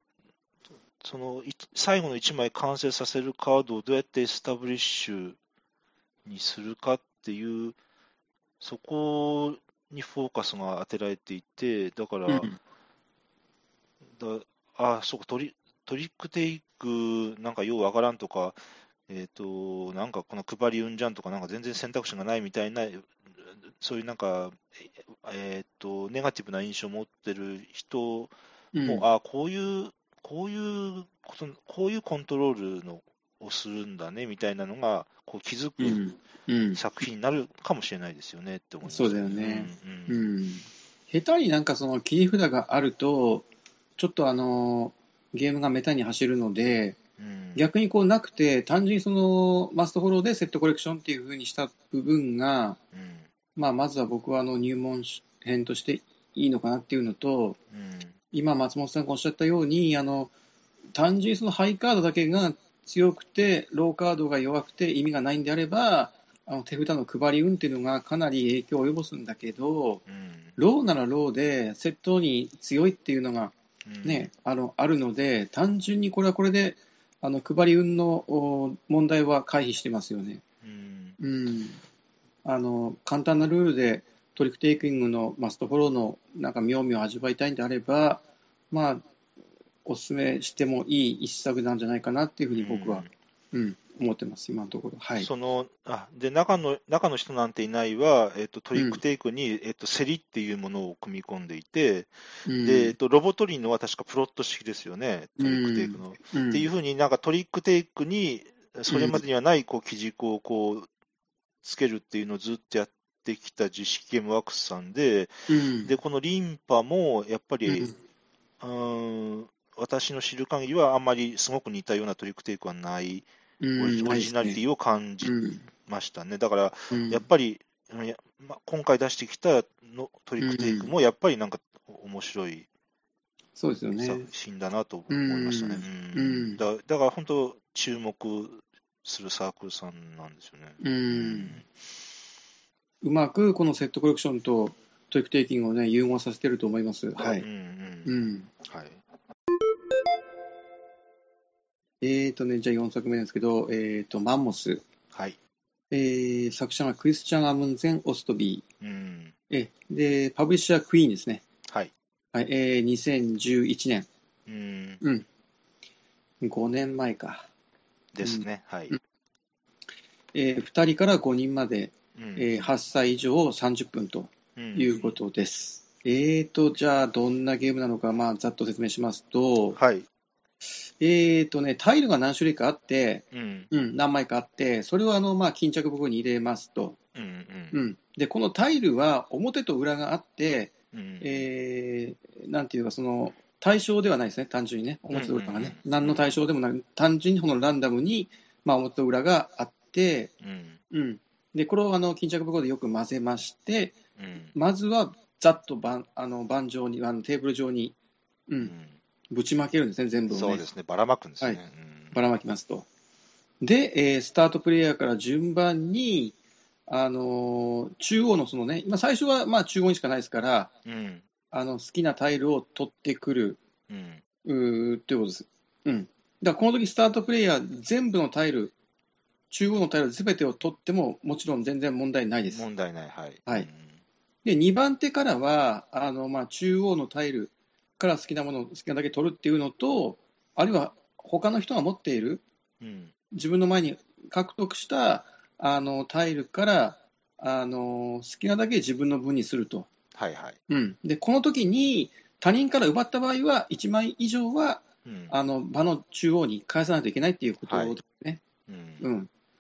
最後の1枚完成させるカードをどうやってエスタブリッシュにするかっていう、そこにフォーカスが当てられていて、だから、そうか、トリックテイク、なんかようわからんとか、なんかこの配りうんじゃんとか、なんか全然選択肢がないみたいな、そういうなんか、ネガティブな印象を持ってる人も、こういうコントロールをするんだねみたいなのがこう気づく作品になるかもしれないですよねって思いますね。 そうだよね。下手になんかその切り札があると、ちょっとゲームがメタに走るので、逆にこうなくて、単純にそのマストフォローでセットコレクションっていう風にした部分が、まずは僕は入門編としていいのかなっていうのと、今松本さんがおっしゃったように、単純にそのハイカードだけが強くて、ローカードが弱くて意味がないんであれば、手札の配り運っていうのがかなり影響を及ぼすんだけど、ローならローでセットに強いっていうのがね、あるので、単純にこれはこれで配り運の問題は回避してますよね。簡単なルールでトリックテイキングのマストフォローのなんか妙味を味わいたいんであれば、お勧めしてもいい一作なんじゃないかなっていうふうに僕は、思ってます、今のところ。はい、 で中の人なんていないは、トリックテイクに、競りっていうものを組み込んでいて、でロボトリノは確かプロット式ですよね、トリックテイクの。っていうふうになんかトリックテイクにそれまでにはないこう基軸をこうつけるっていうのをずっとやってきた実式ゲームワークスさんで、でこのリンパもやっぱり、私の知る限りはあんまりすごく似たようなトリックテイクはないオリジナリティを感じましたね。だから、やっぱり、今回出してきたのトリックテイクも、やっぱりなんか面白い作品だなと思いましたね。だから本当、注目するサークルさんなんですよね。 うまくこのセットコレクションとトリックテイキングをね、融合させてると思います。はい。はい。じゃあ4作目ですけど、マンモス。 はい。 作者がクリスチャン・アムンゼン・オストビー。で、パブリッシャー・クイーンですね。 はい。 2011年。5年前か。 ですね。はい。 2人から5人まで、8歳以上30分ということです。じゃあ、どんなゲームなのか、ざっと説明しますと、 はい。 タイルが何種類かあって、何枚かあって、それを巾着袋に入れますと。で、このタイルは表と裏があって、なんていうか、その、対象ではないですね、単純にね、表と裏がね。何の対象でもない、単純にこのランダムに、表と裏があって、で、これを巾着袋でよく混ぜまして、まずはざっと盤上に、テーブル上に、ぶちまけるんですね、全部をね。 そうですね、ばらまくんですね。 ばらまきますと。で、スタートプレイヤーから順番に、中央のそのね、最初は中央にしかないですから、好きなタイルを取ってくる、ということです。だからこの時スタートプレイヤー全部のタイル、中央のタイル全てを取ってももちろん全然問題ないです。 問題ない、はい。 で、2番手からは、中央のタイルから好きなものを好きなだけ取るっていうのと、あるいは他の人が持っている、自分の前に獲得したタイルから好きなだけ自分の分にすると。で、この時に他人から奪った場合は、1枚以上は、場の中央に返さないといけないっていうことですね。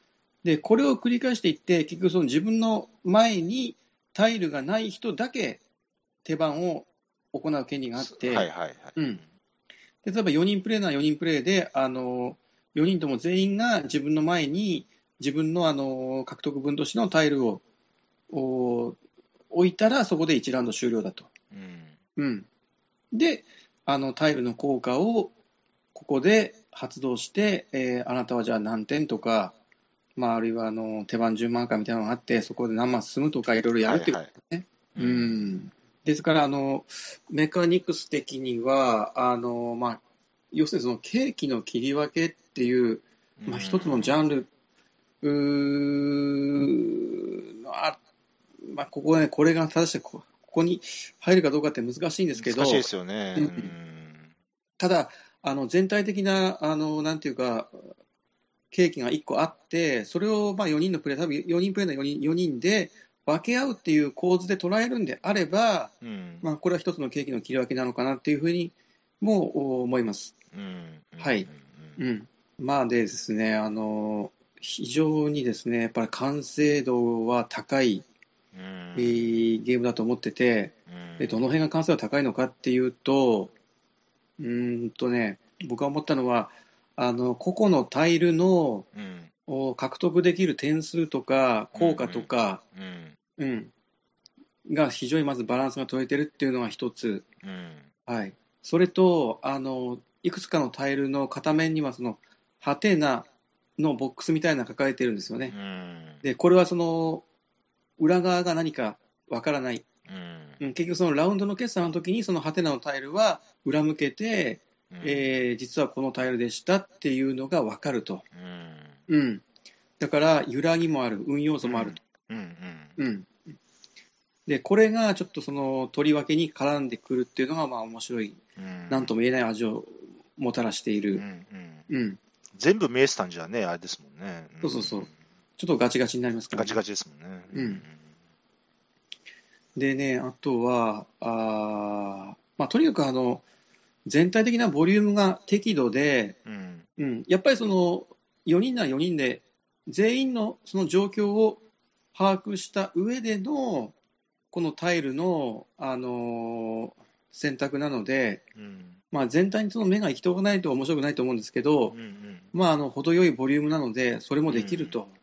で、これを繰り返していって、結局その自分の前にタイルがない人だけ手番を行う権利があって、 はいはいはい。 うん。で例えば4人プレイなら4人プレイで、4人とも全員が自分の前に自分の獲得分としてのタイルを置いたら、そこで1ラウンド終了だと。うん。で、タイルの効果をここで発動して、あなたはじゃあ何点とか、まあ、あるいは手番10万回みたいなのがあって、そこで何マス進むとかいろいろやるっていうことですね。はいはい、うん。ですからメカニクス的にはまあ、要するにそのケーキの切り分けっていう、まあ、一つのジャンルまあ、ここね、これが正しい、ここに入るかどうかって難しいんですけど、 難しいですよね。 ただ全体的ななんていうか、ケーキが1個あって、それをまあ4人のプレー、多分4人プレーの4人で分け合うっていう構図で捉えるんであれば、まあ、これは一つのケーキの切り分けなのかなっていうふうにも思います。はい。まあですね、非常にですね、やっぱり完成度は高い、ゲームだと思ってて、でどの辺が完成度が高いのかっていうと、僕が思ったのは、個々のタイルの、獲得できる点数とか効果とか、が非常にまずバランスが取れてるっていうのが一つ、はい、それといくつかのタイルの片面にはそのハテナのボックスみたいなのが書かれてるんですよね。でこれはその裏側が何かわからない、結局そのラウンドの決算の時にそのハテナのタイルは裏向けて、実はこのタイルでしたっていうのが分かると、だから揺らぎもある、運要素もあると、でこれがちょっとその取り分けに絡んでくるっていうのがまあ面白い、なんとも言えない味をもたらしている、 全部見えてたんじゃね、あれですもんね。 そう、ちょっとガチガチになりますから、 ガチガチですもんね。 でね、あとはまあ、とにかく全体的なボリュームが適度で、やっぱりその4人なら4人で全員のその状況を把握した上でのこのタイルの、選択なので、まあ、全体にその目が行き届かないと面白くないと思うんですけど、まあ、程よいボリュームなのでそれもできると、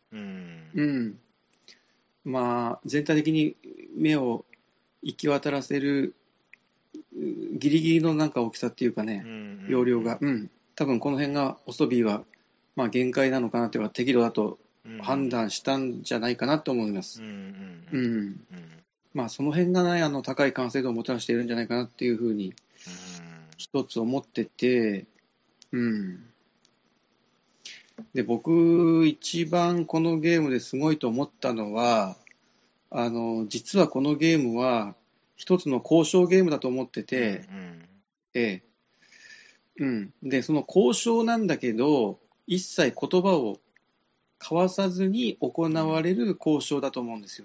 まあ、全体的に目を行き渡らせるギリギリのなんか大きさっていうかね、容量が、多分この辺がオソビーはまあ限界なのかなというか、適度だと判断したんじゃないかなと思います。まあ、その辺がね、高い完成度をもたらしているんじゃないかなっていうふうに一つ思ってて、で僕一番このゲームですごいと思ったのは、実はこのゲームは一つの交渉ゲームだと思ってて、でその交渉なんだけど一切言葉を交わさずに行われる交渉だと思うんですよ。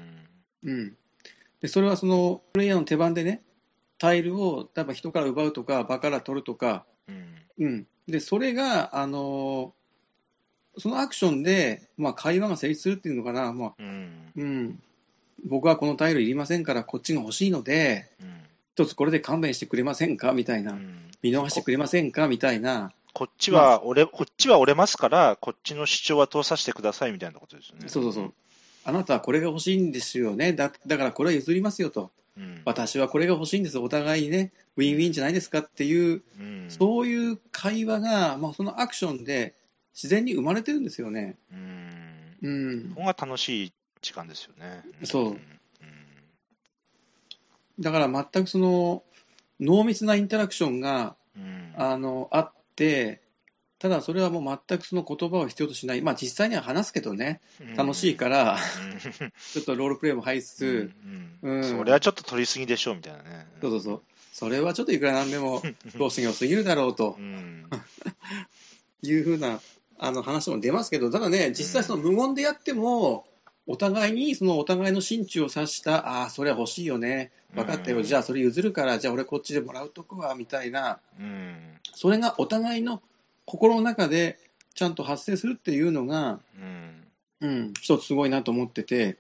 でそれはそのプレイヤーの手番でね、タイルを例えば人から奪うとか場から取るとか、でそれがそのアクションで、まあ、会話が成立するっていうのかな、まあ僕はこのタイルいりませんからこっちが欲しいので、一つこれで勘弁してくれませんかみたいな、見逃してくれませんかみたいな、 こっちは折れますから、こっちの主張は通させてくださいみたいなことですよね。 そう、あなたはこれが欲しいんですよね、だからこれは譲りますよと、私はこれが欲しいんです、お互いにね、ウィンウィンじゃないですかっていう、そういう会話が、まあ、そのアクションで自然に生まれてるんですよね。 ここが楽しい時間ですよね。 そう。だから全くその濃密なインタラクションが、あって、ただそれはもう全くその言葉を必要としない、まあ実際には話すけどね、楽しいから、ちょっとロールプレイも入りつつ、 それはちょっと取りすぎでしょうみたいなね。 それはちょっといくらなんでもどすぎを過ぎるだろうと、いうふうな話も出ますけど、ただね、実際その無言でやっても、お互いにそのお互いの心中を察した、それは欲しいよね、分かったよ、じゃあそれ譲るから、じゃあ俺こっちでもらうとこはみたいな、それがお互いの心の中でちゃんと発生するっていうのが、 一つすごいなと思ってて、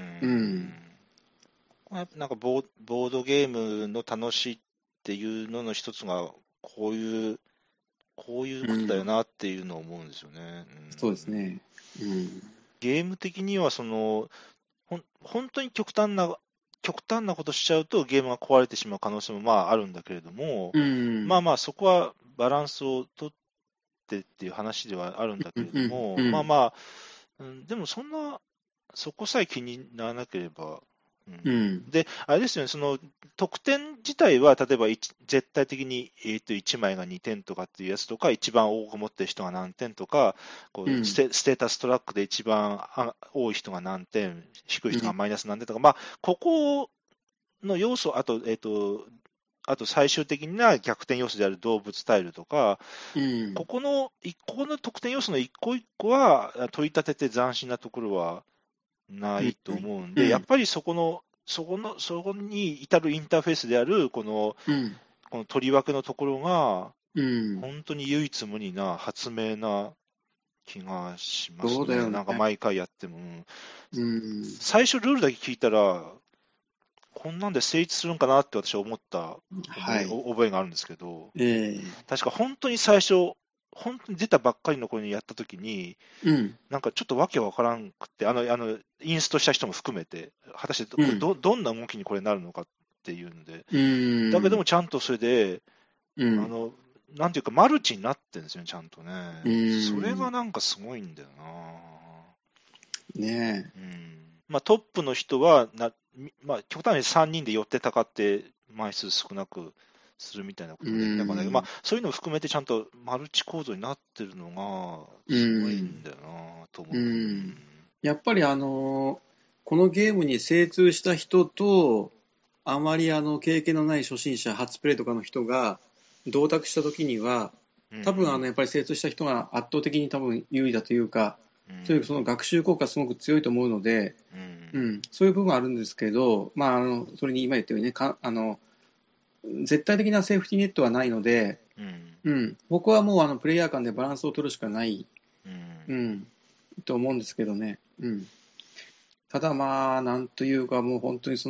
なんかボードゲームの楽しいっていうのの一つが、こういうことだよなっていうのを思うんですよね。 そうですね。 ゲーム的には本当に極端なことしちゃうとゲームが壊れてしまう可能性もあるんだけれども、そこはバランスをとってっていう話ではあるんだけれども、でもそこさえ気にならなければ、で、あれですよね、その得点自体は、例えば絶対的に、1枚が2点とかっていうやつとか、一番多く持ってる人が何点とか、ステータストラックで一番多い人が何点、低い人がマイナス何点とか、ここの要素、あと最終的な逆転要素である動物タイルとか、ここの得点要素の一個一個は取り立てて斬新なところはないと思うんで、やっぱりそこに至るインターフェースであるこの取り分けのところが、本当に唯一無二な発明な気がしますね。なんか毎回やっても、最初ルールだけ聞いたら、こんなんで成立するんかなって私は思った覚えがあるんですけど、確か本当に最初、本当に出たばっかりの頃にやったときに、なんかちょっとわけわからんくて、インストした人も含めて、果たしてどんな動きにこれなるのかっていうんで、だけどもちゃんとそれで、なんていうか、マルチになってるんですよね、ちゃんとね。それがなんかすごいんだよな。 ねえ。トップの人は極端に3人で寄ってたかって枚数少なくするみたいなことで、だからね、そういうのを含めてちゃんとマルチ構造になってるのがすごいんだよなと思う。 やっぱりこのゲームに精通した人と、あまり経験のない初心者、初プレイとかの人が同卓したときには、多分やっぱり精通した人が圧倒的に多分有利だというか、というその学習効果がすごく強いと思うので、そういう部分はあるんですけど、それに今言ったようにね、絶対的なセーフティーネットはないので、僕はもうプレイヤー間でバランスを取るしかない、と思うんですけどね。ただなんというか、もう本当に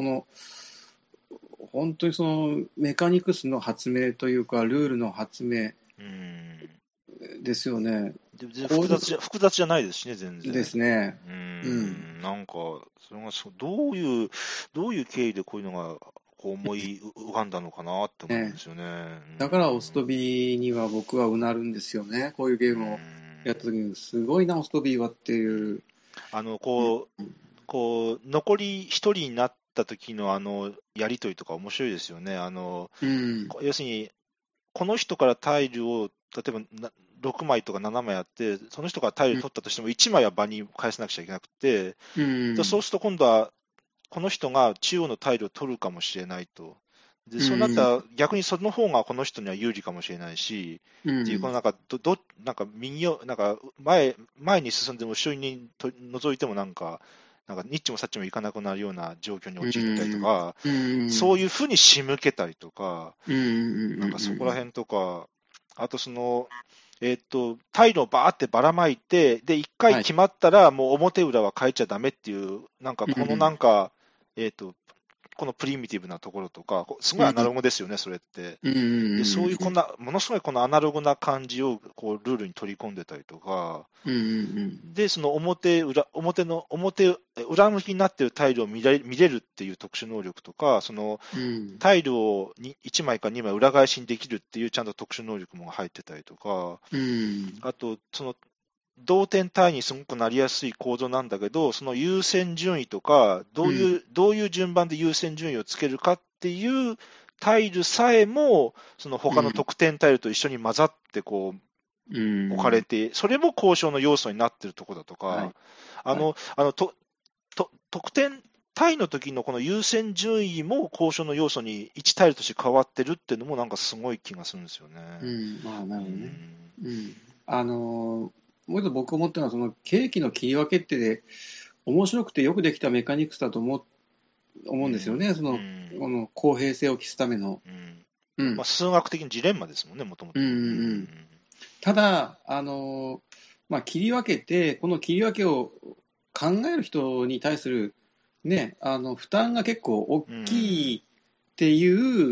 本当にそのメカニクスの発明というか、ルールの発明ですよね。 複雑じゃないですしね、全然。 ですね。 なんか、それがどういう経緯でこういうのが思い浮かんだのかなって思うんですよね。 だからオストビには僕はうなるんですよね。こういうゲームをやった時に、すごいな、オストビーはっていう。 残り一人になった時のやりとりとか面白いですよね。要するに、この人からタイルを、例えば6枚とか7枚あって、その人からタイル取ったとしても、1枚は場に返さなくちゃいけなくて、そうすると今度は、この人が中央のタイルを取るかもしれないと。でそうなったら、逆にその方がこの人には有利かもしれないし、っていう、このなんか右を、前に進んでも後ろに覗いてもなんかニッチもサッチもいかなくなるような状況に陥ったりとか、そういうふうに仕向けたりとか、なんかそこら辺とか、あとタイルをバーってばらまいて、で、一回決まったら、もう表裏は変えちゃダメっていう、なんかこのこのプリミティブなところとか、すごいアナログですよね、それって。でそういうものすごいこのアナログな感じをルールに取り込んでたりとか、で、その裏向きになっているタイルを見れるっていう特殊能力とか、そのタイルを1枚か2枚裏返しにできるっていうちゃんと特殊能力も入ってたりとか、あと、同点単位にすごくなりやすい構造なんだけど、その優先順位とか、どういう順番で優先順位をつけるかっていうタイルさえも、その他の得点タイルと一緒に混ざって置かれて、それも交渉の要素になっているところだとか、得点タイの時のこの優先順位も交渉の要素に1タイルとして変わってるっていうのもなんかすごい気がするんですよね。 なるほどね。もう一つ僕思ったのは、そのケーキの切り分けって面白くてよくできたメカニクスだと思うんですよね、この公平性を期すための。 数学的にジレンマですもんね、もともと。 ただ、切り分けて、この切り分けを考える人に対する、ね、負担が結構大きいっていう、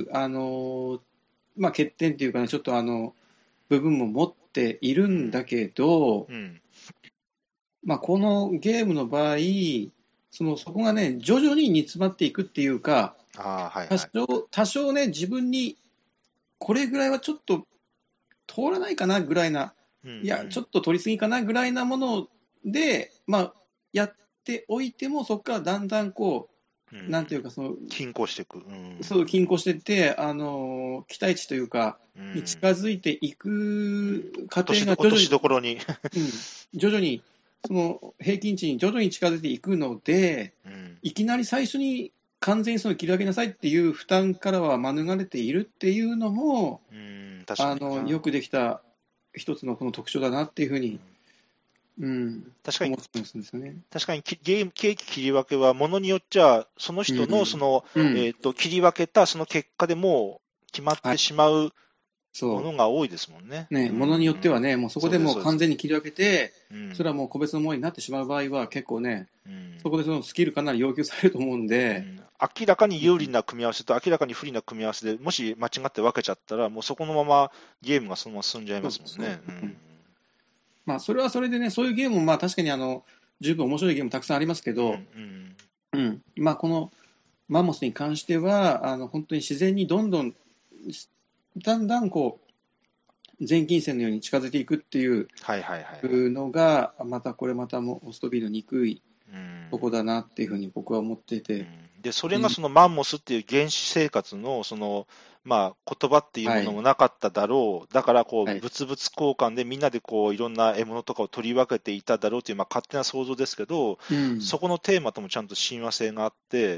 欠点っていうかね、ちょっと部分も持っているんだけど、このゲームの場合、そこがね、徐々に煮詰まっていくっていうか、多少ね、自分にこれぐらいはちょっと通らないかなぐらいな、いや、ちょっと取りすぎかなぐらいなもので、やっておいても、そこからだんだんこう、なんていうか、 均衡していく。 そう均衡していって、期待値というか、に近づいていく過程が徐々に、その平均値に徐々に近づいていくので、いきなり最初に完全に切り上げなさいっていう負担からは免れているっていうのも、よくできた一つのこの特徴だなっていうふうに、 確かに、 思ってますんですよね。 確かにケーキ切り分けは、ものによっちゃ、その人の切り分けたその結果でもう決まってしまうものが多いですもんね。 ものによってはね、もうそこでもう完全に切り分けて、それはもう個別のものになってしまう場合は、結構ね、そこでそのスキルかなり要求されると思うんで、 明らかに有利な組み合わせと明らかに不利な組み合わせで、もし間違って分けちゃったら、もうそこのままゲームがそのまま進んじゃいますもんね。 それはそれでね、そういうゲームも確かに十分面白いゲームたくさんありますけど、このマンモスに関しては、本当に自然にだんだんこう、前近戦のように近づいていくっていうのが、これまたもオストビーの憎いとこだなっていうふうに僕は思っていて。 で、それがそのマンモスっていう原始生活の言葉っていうものもなかっただろう、だから物々交換でみんなでいろんな獲物とかを取り分けていただろうという勝手な想像ですけど、そこのテーマともちゃんと親和性があって、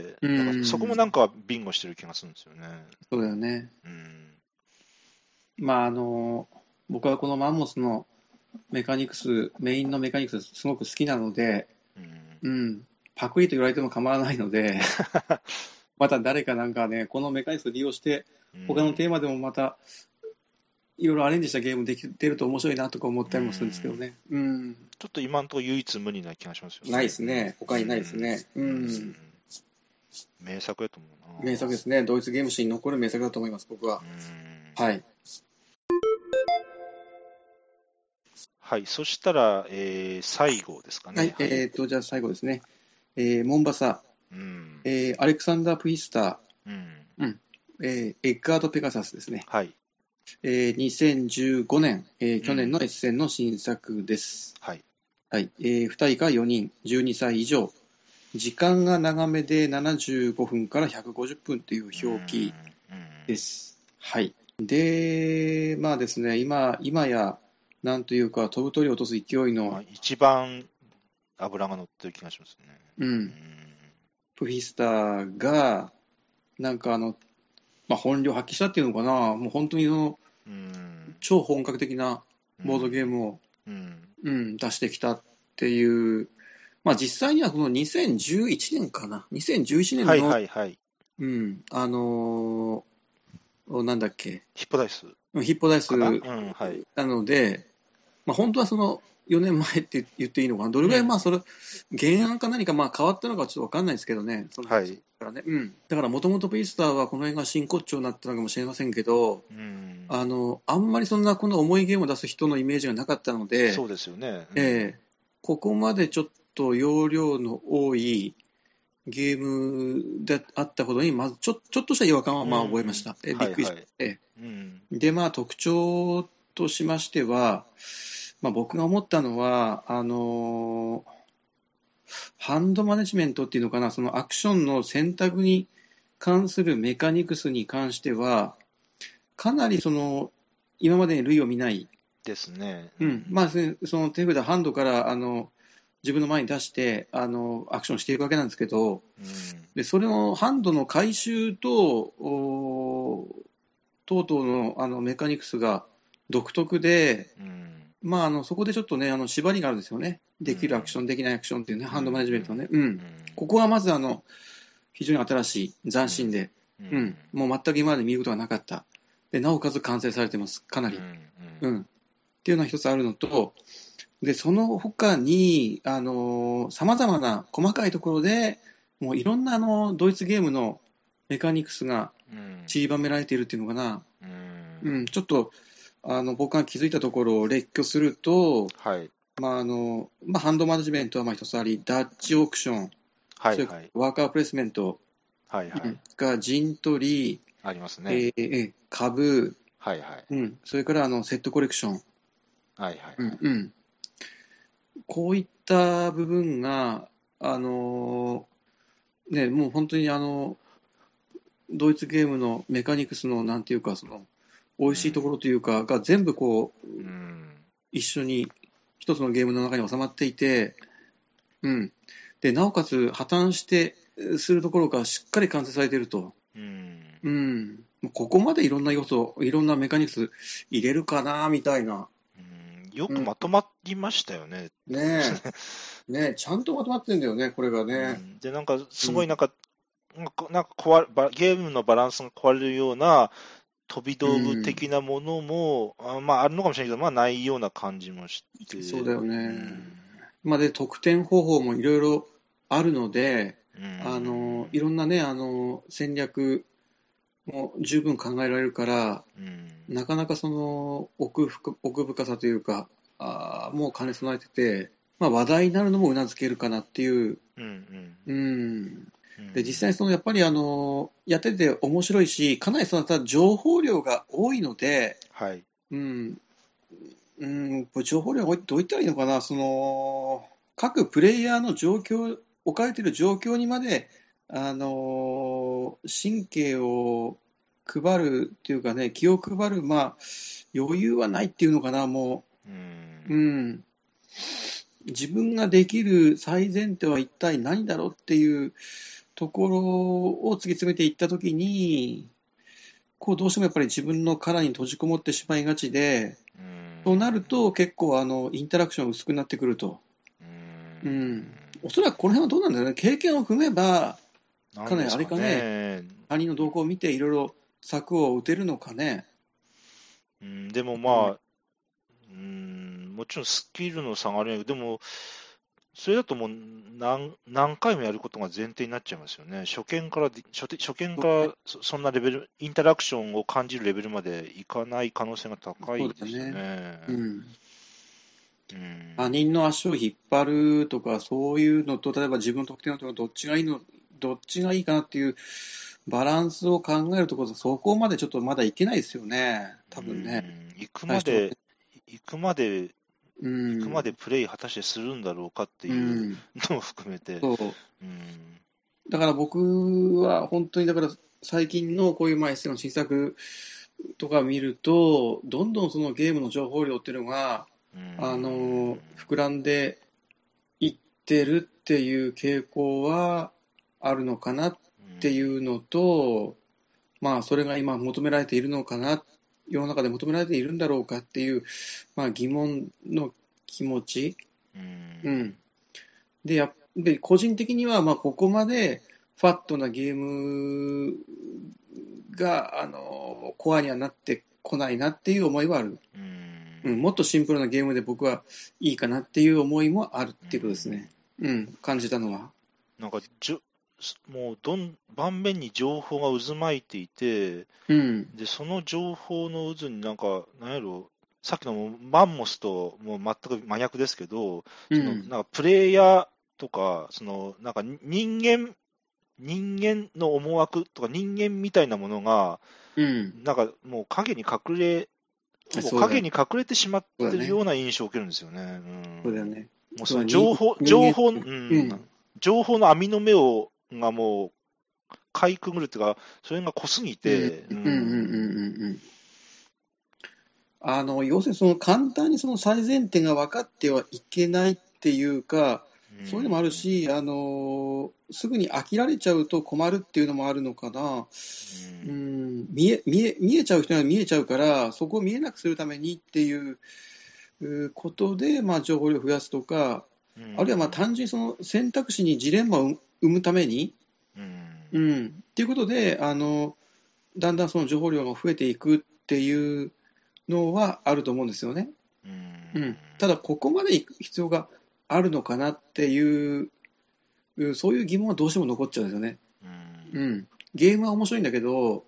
そこもなんかビンゴしてる気がするんですよね。 そうだよね。僕はこのマンモスのメインのメカニクスすごく好きなので、パクリと言われても構わないので、また誰かなんかね、このメカニクスを利用して、他のテーマでもまた、いろいろアレンジしたゲームできてると面白いなとか思ったりもするんですけどね。 ちょっと今のところ唯一無二な気がしますよね。 ないですね。他にないですね。 名作だと思うな。 名作ですね。ドイツゲーム史に残る名作だと思います、僕は。はい。 はい、そしたら、最後ですかね。 はい、じゃあ最後ですね。モンバサ、アレクサンダー・プヒスター、エッガード・ペガサスですね。 はい。 2015年、去年のエッセンの新作です。 はい。 はい。2人から4人、12歳以上。時間が長めで75分から150分という表記です。はい。で、ですね、今や、なんというか、飛ぶ鳥を落とす勢いの。 一番脂が乗ってる気がしますね。 プヒスターが、なんか本領発揮したっていうのかな、もう本当に超本格的なボードゲームを、出してきたっていう、実際にはこの2011年かな、2011年の、なんだっけ、 ヒッポダイスなので、本当は4年前って言っていいのかな、どれぐらいそれ、原案か何か変わったのかちょっと分かんないですけどね、だからもともとペイスターはこの辺が真骨頂になったのかもしれませんけど、あんまりそんなこの重いゲームを出す人のイメージがなかったので、 そうですよね。 ここまでちょっと容量の多いゲームであったことに、まずちょっとした違和感は覚えました。びっくりして。で、特徴としましては、僕が思ったのは、ハンドマネジメントっていうのかな、そのアクションの選択に関するメカニクスに関しては、かなり今までに類を見ないですね。 その手札、ハンドから自分の前に出してアクションしていくわけなんですけど、でそれのハンドの回収と等々のメカニクスが独特で、そこでちょっとね、縛りがあるんですよね。できるアクション、できないアクションっていうね、ハンドマネジメントのね。ここはまず非常に新しい、斬新で、もう全く今まで見ることがなかった。で、なおかつ完成されてます、かなり。っていうのは一つあるのと、 で、その他に、様々な細かいところで、もういろんなドイツゲームのメカニクスが散りばめられているっていうのかな。ちょっと、僕が気づいたところを列挙すると、 はい。 ハンドマネジメントはまあ一つあり、ダッチオークション、 はいそれからワーカープレイスメント、 はいはい。 が陣取り、 ありますね。 株、 はいはい。 それからセットコレクション、 はいはいはい。 こういった部分が、もう本当にドイツゲームのメカニクスの、なんていうか、美味しいところというか、が全部こう、一緒に一つのゲームの中に収まっていて、で、なおかつ破綻してするところがしっかり完成されていると。ここまでいろんな要素、いろんなメカニクス入れるかな、みたいな。 よくまとまりましたよね。 ねえ、ちゃんとまとまってんだよね、これがね。 で、なんか、すごいなんか、ゲームのバランスが壊れるような飛び道具的なものも、あるのかもしれないけど、ないような感じもして。 そうだよね。で、得点方法もいろいろあるので、いろんなね、戦略も十分考えられるから、なかなか奥深さというか、もう兼ね備えてて、話題になるのもうなずけるかなっていう。で、実際やっぱりやってて面白いし、かなり情報量が多いので、 はい。 情報量が多いってどう言ったらいいのかな、各プレイヤーの状況、置かれている状況にまで、神経を配るっていうかね、気を配る、余裕はないっていうのかな、もう。自分ができる最前提は一体何だろうっていうところを突き詰めていったときに、どうしてもやっぱり自分の殻に閉じこもってしまいがちで、そうなると結構インタラクション薄くなってくると。おそらくこの辺はどうなんだろうね、経験を踏めば、かなりあれかね、他人の動向を見ていろいろ策を打てるのかね。 でももちろんスキルの差があるんやけど、でも、それだともう何回もやることが前提になっちゃいますよね。初見からそんなレベル、インタラクションを感じるレベルまでいかない可能性が高いですよね。 他人の足を引っ張るとか、そういうのと、例えば自分の得点とどっちがいいかなっていうバランスを考えるところ、そこまでちょっとまだいけないですよね、多分ね。 行くまでプレイ果たしてするんだろうかっていうのも含めて。 だから僕は本当に、だから最近のこういう SL の新作とか見ると、どんどんそのゲームの情報量っていうのが、膨らんでいってるっていう傾向はあるのかなっていうのと、それが今求められているのかな、世の中で求められているんだろうかっていう、疑問の気持ち。で、個人的には、ここまでファットなゲームが、コアにはなってこないなっていう思いはある。もっとシンプルなゲームで僕はいいかなっていう思いもあるっていうことですね。感じたのは。 なんかもう盤面に情報が渦巻いていて、でその情報の渦になんやろ、さっきのマンモスともう全く真逆ですけど、なんかプレイヤーとか、なんか人間の思惑とか人間みたいなものが、なんかもう影に隠れてしまってるような印象を受けるんですよね。 そうだよね。 もうその情報の網の目がもうかいくぐるっていうか、それが濃すぎて。 要するに簡単に最前提が分かってはいけないっていうか、そういうのもあるし、すぐに飽きられちゃうと困るっていうのもあるのかな。見えちゃう人には見えちゃうから、そこを見えなくするためにっていうことで、情報量を増やすとか、あるいは単純に選択肢にジレンマを生むために、っていうことで、だんだんその情報量が増えていくっていうのはあると思うんですよね。 ただ、ここまで行く必要があるのかなっていう、そういう疑問はどうしても残っちゃうんですよね。ゲームは面白いんだけど、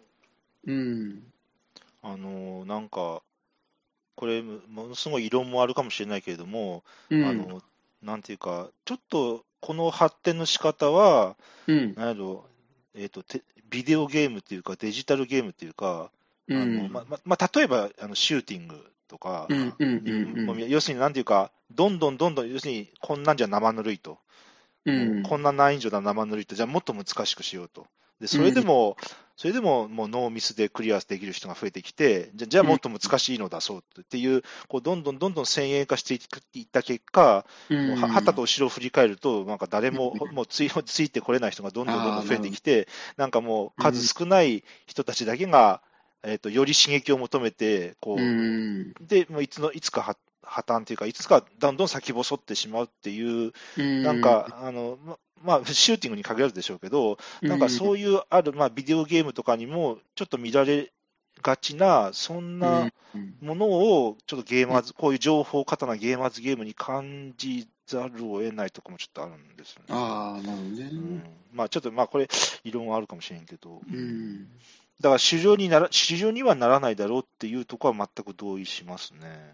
なんか、これ、ものすごい異論もあるかもしれないけれども、なんていうか、ちょっとこの発展の仕方は、なんやろ、ビデオゲームっていうか、デジタルゲームっていうか、例えばシューティングとか、要するになんていうか、どんどん、要するにこんなんじゃ生ぬるいと、もうこんな難易度だ生ぬるいと、じゃあもっと難しくしようと。でそれでももうノーミスでクリアできる人が増えてきて、じゃあもっと難しいの出そうっていう、こうどんどん先鋭化していった結果、もう旗と後ろを振り返ると、なんか誰ももうついてこれない人がどんどん増えてきて、なんかもう数少ない人たちだけが、より刺激を求めて、こう、で、もういつか破綻というか、いつかどんどん先細ってしまうっていう、なんか、シューティングに限らずでしょうけど、なんかそういうビデオゲームとかにもちょっと見られがちな、そんなものを、ちょっとこういう情報過多なゲーマーズゲームに感じざるを得ないとかもちょっとあるんですよね。 なるほどね。 ちょっとこれ、異論はあるかもしれんけど。だから市場にはならないだろうっていうところは全く同意しますね。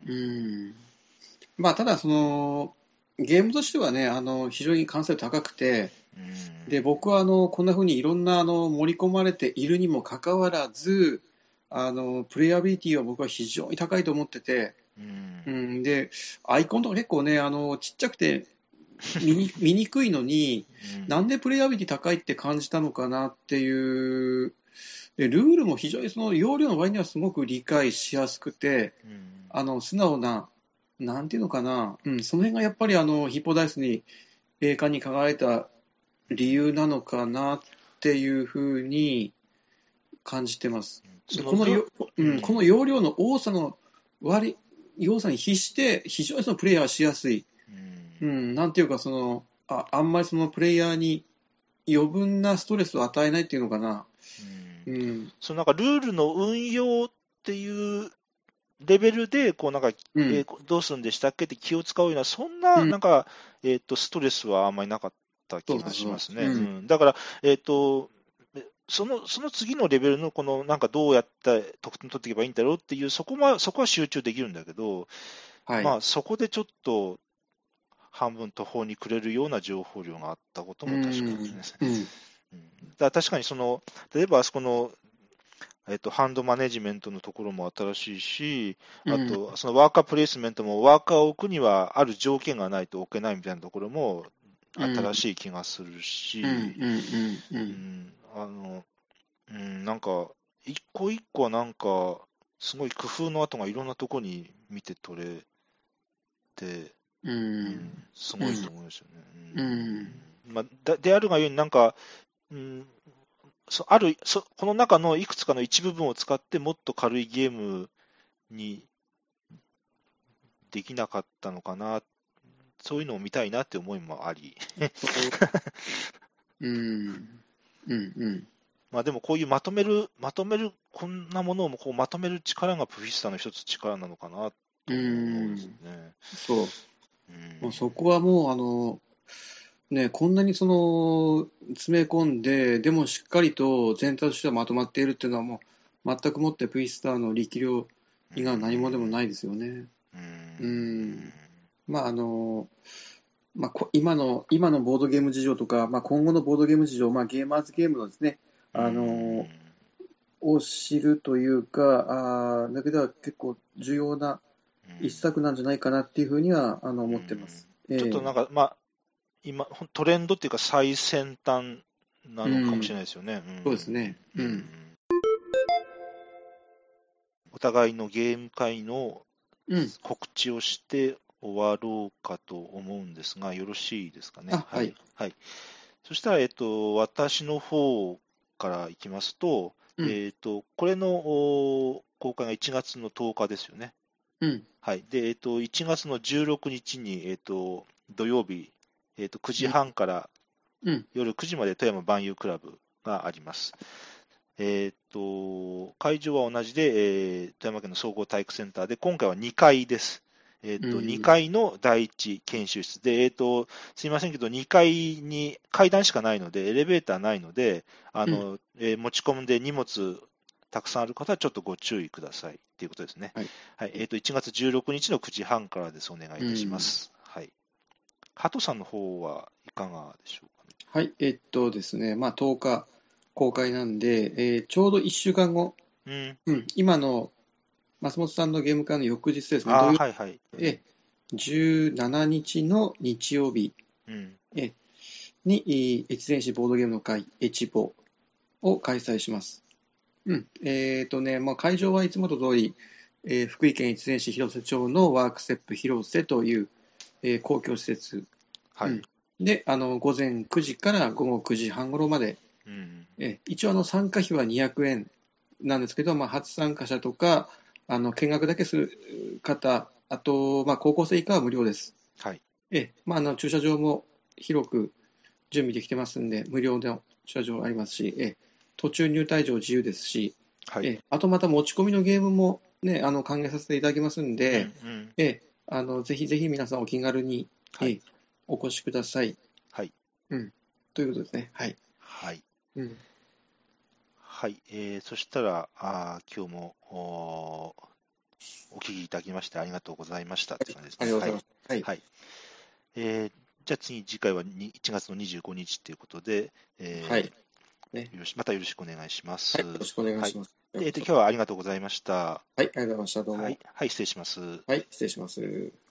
ただゲームとしてはね、非常に完成度高くて、で僕はこんな風にいろんな盛り込まれているにもかかわらず、プレイアビリティは僕は非常に高いと思ってて、でアイコンとか結構ね、ちっちゃくて見にくいのに、なんでプレイアビリティ高いって感じたのかなっていう、でルールも非常にその容量の割にはすごく理解しやすくて、素直な、なんていうのかな、その辺がやっぱりヒッポダイスに栄冠に輝いた理由なのかなっていうふうに感じてます。この容量の多さに比して非常にそのプレイヤーはしやすい、なんていうかあんまりそのプレイヤーに余分なストレスを与えないっていうのかな。 なんかルールの運用っていうレベルでこうなんか、どうするんでしたっけって気を使うような、そんななんか、ストレスはあんまりなかった気がしますね。だから、その次のレベルのなんかどうやって得点取っていけばいいんだろうっていう、そこは集中できるんだけど、そこでちょっと半分途方に暮れるような情報量があったことも確かにですね。だから確かに例えばあそこのハンドマネジメントのところも新しいし、あと、そのワーカープレイスメントも、ワーカーを置くにはある条件がないと置けないみたいなところも新しい気がするし、なんか、一個一個はなんか、すごい工夫の跡がいろんなところに見て取れて、すごいと思うんですよね。であるがゆえになんか、この中のいくつかの一部分を使ってもっと軽いゲームにできなかったのかな、そういうのを見たいなって思いもあり。でもこういうまとめる、こんなものをこうまとめる力がプフィスタの一つ力なのかなと思うんですね。 そこはもうこんなに詰め込んで、でもしっかりと全体としてはまとまっているっていうのはもう全くもってプイスターの力量以外何もでもないですよね。今のボードゲーム事情とか、今後のボードゲーム事情、ゲーマーズゲームのですね、を知るというか、だけでは結構重要な一作なんじゃないかなっていうふうには思ってます。 ちょっとなんか、今、トレンドっていうか最先端なのかもしれないですよね。 そうですね。 お互いのゲーム会の告知をして終わろうかと思うんですが、よろしいですかね。 はい。 そしたら、私の方からいきますと、これの公開が1月の10日ですよね。で、1月の16日に、土曜日、9時半から夜9時まで富山万有クラブがあります。会場は同じで、富山県の総合体育センターで、今回は2階です。 2階の第一研修室で、すみませんけど、2階に階段しかないので、エレベーターないので、持ち込んで荷物たくさんある方はちょっとご注意くださいということですね。 はい。 はい、1月16日の9時半からです。お願いいたします。はい。加藤さんの方はいかがでしょうかね。 はい、ですね、10日公開なんで、ちょうど1週間後、今の松本さんのゲーム会の翌日ですね、土曜日、17日の日曜日に、越前市ボードゲームの会、エチボを開催します。会場はいつもと通り、福井県越前市広瀬町のワークセップ広瀬という、公共施設、で午前9時から午後9時半頃まで、一応参加費は200円なんですけど、初参加者とか見学だけする方、あと、高校生以下は無料です。 はい。 駐車場も広く準備できてますんで、無料の駐車場ありますし、途中入退場自由ですし、あとまた持ち込みのゲームも、ね、歓迎させていただきますんで、ぜひぜひ皆さんお気軽に、お越しください。 はい。 ということですね。はい。 はい。はい。そしたら、今日もお聞きいただきましてありがとうございましたって感じですね。 ありがとうございます。 はい。じゃあ次回は1月の25日ということで、またよろしくお願いします。 よろしくお願いします。 今日はありがとうございました。 はい、ありがとうございました。どうも。 はい、失礼します。 はい、失礼します。